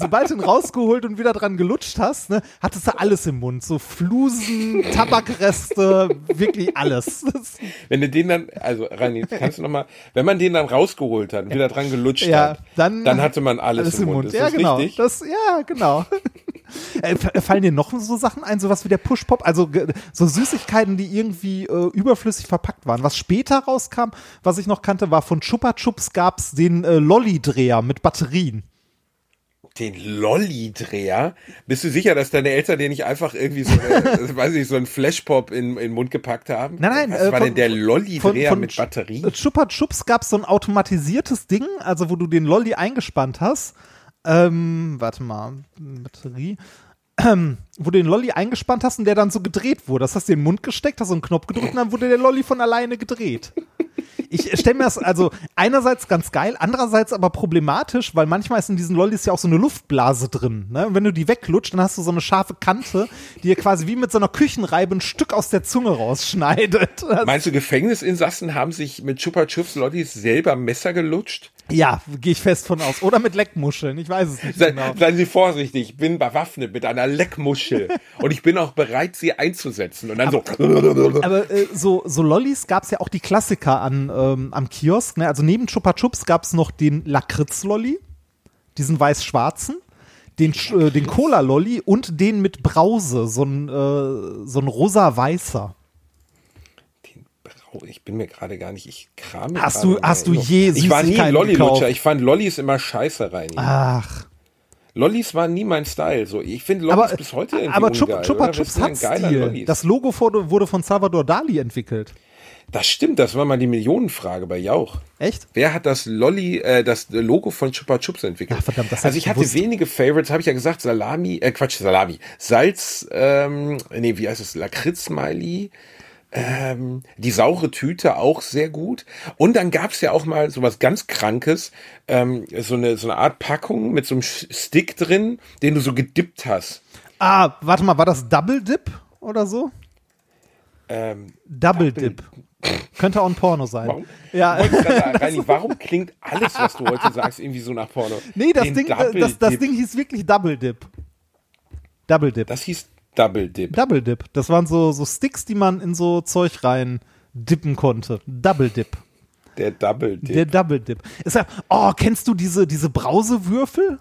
sobald du ihn rausgeholt und wieder dran gelutscht hast, ne, hattest du alles im Mund. So Flusen, Tabakreste, wirklich alles. Wenn du den dann, also Rani, kannst du nochmal, wenn man den dann rausgeholt hat und wieder dran gelutscht hat, dann hatte man alles im Mund. Ist das genau. richtig? Ja, genau. Fallen dir noch so Sachen ein, sowas wie der Push-Pop, also so Süßigkeiten, die irgendwie überflüssig verpackt waren. Was später rauskam, was ich noch kannte, war von Chupa Chups gab's den Lolli-Dreher mit Batterien. Den Lolli-Dreher? Bist du sicher, dass deine Eltern dir nicht einfach irgendwie so, weiß ich, so einen Flashpop in den Mund gepackt haben? Nein. Was war denn der Lolli-Dreher mit Batterien? Chupa Chups gab's so ein automatisiertes Ding, also wo du den Lolli eingespannt hast. Warte mal, Batterie. Wo du den Lolli eingespannt hast und der dann so gedreht wurde. Das hast du in den Mund gesteckt, hast so einen Knopf gedrückt und dann wurde der Lolli von alleine gedreht. Ich stelle mir das also einerseits ganz geil, andererseits aber problematisch, weil manchmal ist in diesen Lollis ja auch so eine Luftblase drin. Ne? Und wenn du die weglutscht, dann hast du so eine scharfe Kante, die dir quasi wie mit so einer Küchenreibe ein Stück aus der Zunge rausschneidet. Meinst du, Gefängnisinsassen haben sich mit Chupa Chups Lollis selber Messer gelutscht? Ja, gehe ich fest von aus. Oder mit Leckmuscheln, ich weiß es nicht genau. Seien Sie vorsichtig, ich bin bewaffnet mit einer Leckmuschel und ich bin auch bereit, sie einzusetzen. Und dann Aber so Lollis gab's ja auch die Klassiker am Kiosk. Ne? Also neben Chupa Chups gab's noch den Lakritz-Lolli, diesen weiß-schwarzen, den Cola-Lolli und den mit Brause, so ein rosa-weißer. Ich bin mir gerade gar nicht, ich krame. Hast du je Süßigkeiten Ich war nie ein Lolli-Lutscher, gekauft? ich fand Lollis immer scheiße rein. Ach. Lollis waren nie mein Style. So, ich finde Lollis bis heute irgendwie aber ungeil. Chupa Chups hat Stil. Das Logo wurde von Salvador Dali entwickelt. Das stimmt, das war mal die Millionenfrage bei Jauch. Echt? Wer hat das Logo von Chupa Chups entwickelt? Ja, verdammt, das also ich hatte wenige Favorites, habe ich ja gesagt, Salami, Salz, wie heißt es, Lakritz-Smiley, die saure Tüte auch sehr gut. Und dann gab's ja auch mal sowas ganz Krankes, so eine Art Packung mit so einem Stick drin, den du so gedippt hast. Ah, warte mal, war das Double Dip oder so? Double Dip. Könnte auch ein Porno sein. Warum? Ja. Reini, warum klingt alles, was du heute sagst, irgendwie so nach Porno? Nee, das Ding hieß wirklich Double Dip. Double Dip. Das hieß Double Dip. Double Dip. Das waren so Sticks, die man in so Zeug rein dippen konnte. Double Dip. Der Double Dip. Der Double Dip. Kennst du diese Brausewürfel?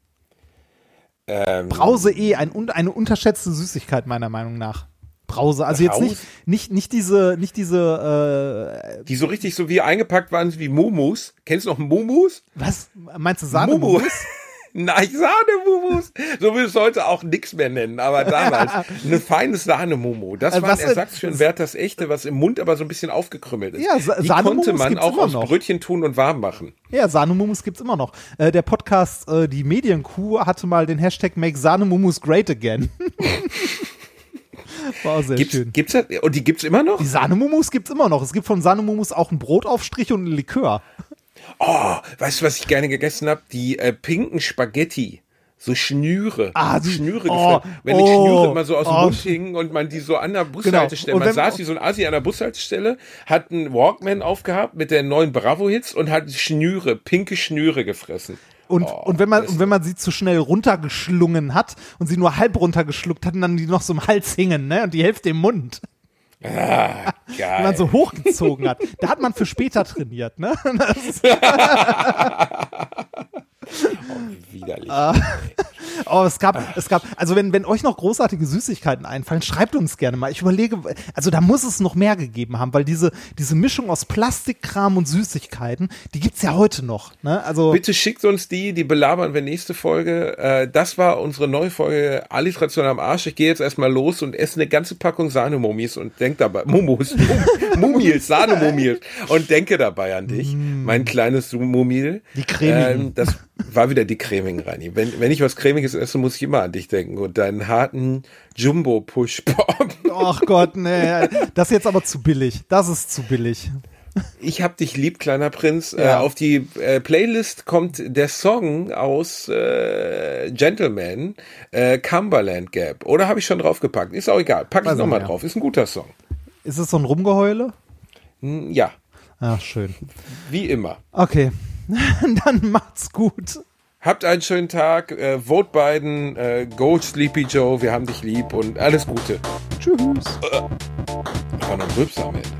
Brause eine unterschätzte Süßigkeit meiner Meinung nach. Brause, also jetzt nicht diese die so richtig so wie eingepackt waren wie Mumus. Kennst du noch Mumus? Was? Meinst du Sahne-Mumus? Nein, Sahne-Mumus. So will es heute auch nichts mehr nennen, aber damals eine feine Sahne-Mumu. Das war ein Ersatz für ein Werthers Echte, was im Mund aber so ein bisschen aufgekrümmelt ist. Ja, die konnte man auch aus Brötchen tun und warm machen. Ja, Sahne-Mumus gibt's immer noch. Der Podcast Die Medienkuh hatte mal den Hashtag Make Sahne-Mumus Great Again. War auch sehr schön. Gibt's das? Und die gibt's immer noch? Die Sahne-Mumus gibt's immer noch. Es gibt von Sahne-Mumus auch einen Brotaufstrich und einen Likör. Oh, weißt du, was ich gerne gegessen habe? Die pinken Spaghetti. So Schnüre. Schnüre gefüllt. Wenn die Schnüre immer so aus dem Mund hingen und man die so an der Bushaltestelle, Genau. man saß wie so ein Assi an der Bushaltestelle, hat einen Walkman aufgehabt mit der neuen Bravo-Hits und hat pinke Schnüre gefressen. Und wenn man sie zu schnell runtergeschlungen hat und sie nur halb runtergeschluckt hat und dann die noch so im Hals hingen, ne? Und die Hälfte im Mund. Ah, geil. Wenn man so hochgezogen hat. Da hat man für später trainiert, ne? Wie widerlich. Es gab, also wenn euch noch großartige Süßigkeiten einfallen, schreibt uns gerne mal. Ich überlege, also da muss es noch mehr gegeben haben, weil diese Mischung aus Plastikkram und Süßigkeiten, die gibt's ja heute noch, ne? Also bitte schickt uns die belabern wir nächste Folge. Das war unsere neue Folge Alliteration am Arsch. Ich gehe jetzt erstmal los und esse eine ganze Packung Sahne-Mummis und denke dabei, Mumils, Sahne-Mumils und denke dabei an dich, mein kleines Mumil. Die cremigen. Das war wieder die cremigen, Reini. Wenn ich was cremiges esse, muss ich immer an dich denken und deinen harten Jumbo-Push-Pop. Ach Gott, nee, das ist jetzt aber zu billig. Das ist zu billig. Ich hab dich lieb, kleiner Prinz. Ja. Auf die Playlist kommt der Song aus Gentleman, Cumberland Gap. Oder habe ich schon draufgepackt? Ist auch egal. Pack ich nochmal drauf. Ist ein guter Song. Ist es so ein Rumgeheule? Ja. Ach, schön. Wie immer. Okay. Dann macht's gut. Habt einen schönen Tag. Vote Biden. Go Sleepy Joe. Wir haben dich lieb und alles Gute. Tschüss. Ich war noch ein Rülpser am Ende.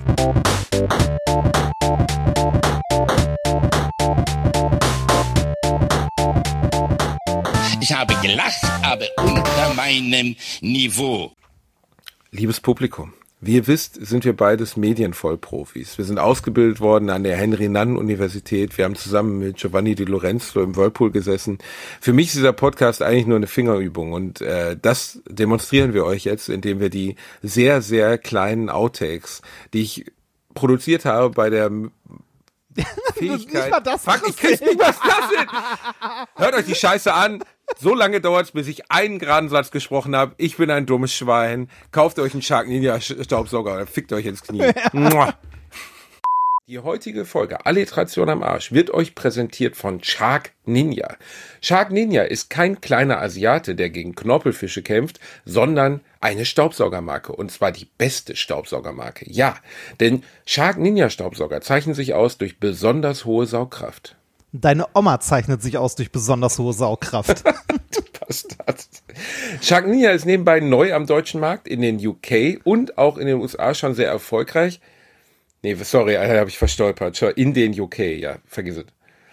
Ich habe gelacht, aber unter meinem Niveau. Liebes Publikum, wie ihr wisst, sind wir beides Medienvollprofis. Wir sind ausgebildet worden an der Henry-Nannen-Universität. Wir haben zusammen mit Giovanni Di Lorenzo im Whirlpool gesessen. Für mich ist dieser Podcast eigentlich nur eine Fingerübung und das demonstrieren wir euch jetzt, indem wir die sehr, sehr kleinen Outtakes, die ich produziert habe bei der Fähigkeit. Fuck, ich krieg's nicht, was das ist. Hört euch die Scheiße an. So lange dauert's, bis ich einen geraden Satz gesprochen habe. Ich bin ein dummes Schwein. Kauft euch einen Shark Ninja Staubsauger oder fickt euch ins Knie. Ja. Die heutige Folge Alliteration am Arsch wird euch präsentiert von Shark Ninja. Shark Ninja ist kein kleiner Asiate, der gegen Knorpelfische kämpft, sondern eine Staubsaugermarke. Und zwar die beste Staubsaugermarke. Ja, denn Shark Ninja Staubsauger zeichnen sich aus durch besonders hohe Saugkraft. Deine Oma zeichnet sich aus durch besonders hohe Saugkraft. Du Bastard. Shark Ninja ist nebenbei neu am deutschen Markt, in den UK und auch in den USA schon sehr erfolgreich. Nee, sorry, habe ich verstolpert. In den UK, ja, vergiss es.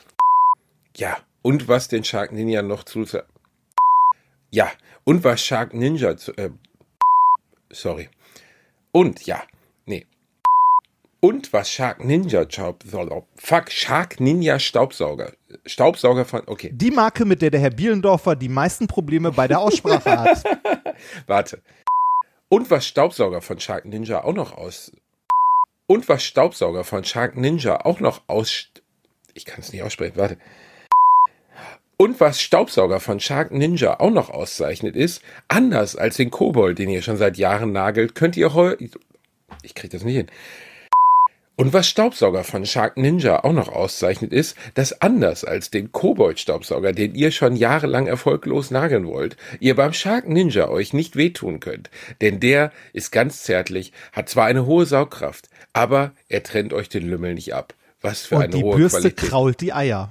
Ja, und was den Shark Ninja noch Ja, und was Shark Ninja sorry. Und, ja, nee. Und was Shark Ninja Shark Ninja Staubsauger. Staubsauger von, okay. Die Marke, mit der Herr Bielendorfer die meisten Probleme bei der Aussprache hat. Warte. Und was Staubsauger von Shark Ninja auch noch Und was Staubsauger von Shark Ninja auch noch Ich kann es nicht aussprechen, warte. Und was Staubsauger von Shark Ninja auch noch auszeichnet ist, anders als den Kobold, den ihr schon seit Jahren nagelt, könnt ihr Ich krieg das nicht hin. Und was Staubsauger von Shark Ninja auch noch auszeichnet ist, dass anders als den Kobold-Staubsauger, den ihr schon jahrelang erfolglos nageln wollt, ihr beim Shark Ninja euch nicht wehtun könnt. Denn der ist ganz zärtlich, hat zwar eine hohe Saugkraft, aber er trennt euch den Lümmel nicht ab. Was für Und eine die hohe Bürste Qualität. krault die Eier.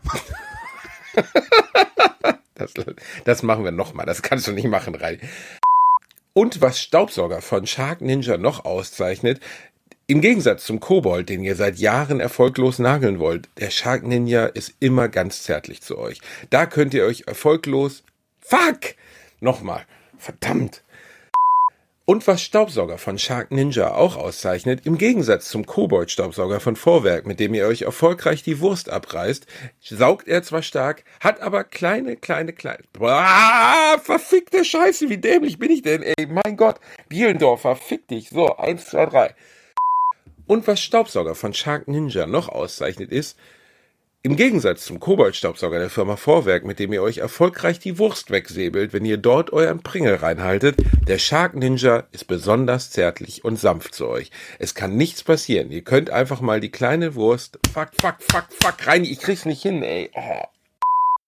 Das machen wir nochmal, das kannst du nicht machen, Rai. Und was Staubsauger von Shark Ninja noch auszeichnet, im Gegensatz zum Kobold, den ihr seit Jahren erfolglos nageln wollt, der Shark Ninja ist immer ganz zärtlich zu euch. Da könnt ihr euch erfolglos... Fuck! Nochmal. Verdammt. Und was Staubsauger von Shark Ninja auch auszeichnet, im Gegensatz zum Kobold-Staubsauger von Vorwerk, mit dem ihr euch erfolgreich die Wurst abreißt, saugt er zwar stark, hat aber kleine... Verfickte Scheiße, wie dämlich bin ich denn, ey? Mein Gott. Bielendorfer, fick dich. So, 1, 2, 3. Und was Staubsauger von Shark Ninja noch auszeichnet ist, im Gegensatz zum Kobold-Staubsauger der Firma Vorwerk, mit dem ihr euch erfolgreich die Wurst wegsäbelt, wenn ihr dort euren Pringel reinhaltet, der Shark Ninja ist besonders zärtlich und sanft zu euch. Es kann nichts passieren. Ihr könnt einfach mal die kleine Wurst... Fuck, rein, ich krieg's nicht hin, ey. Oh.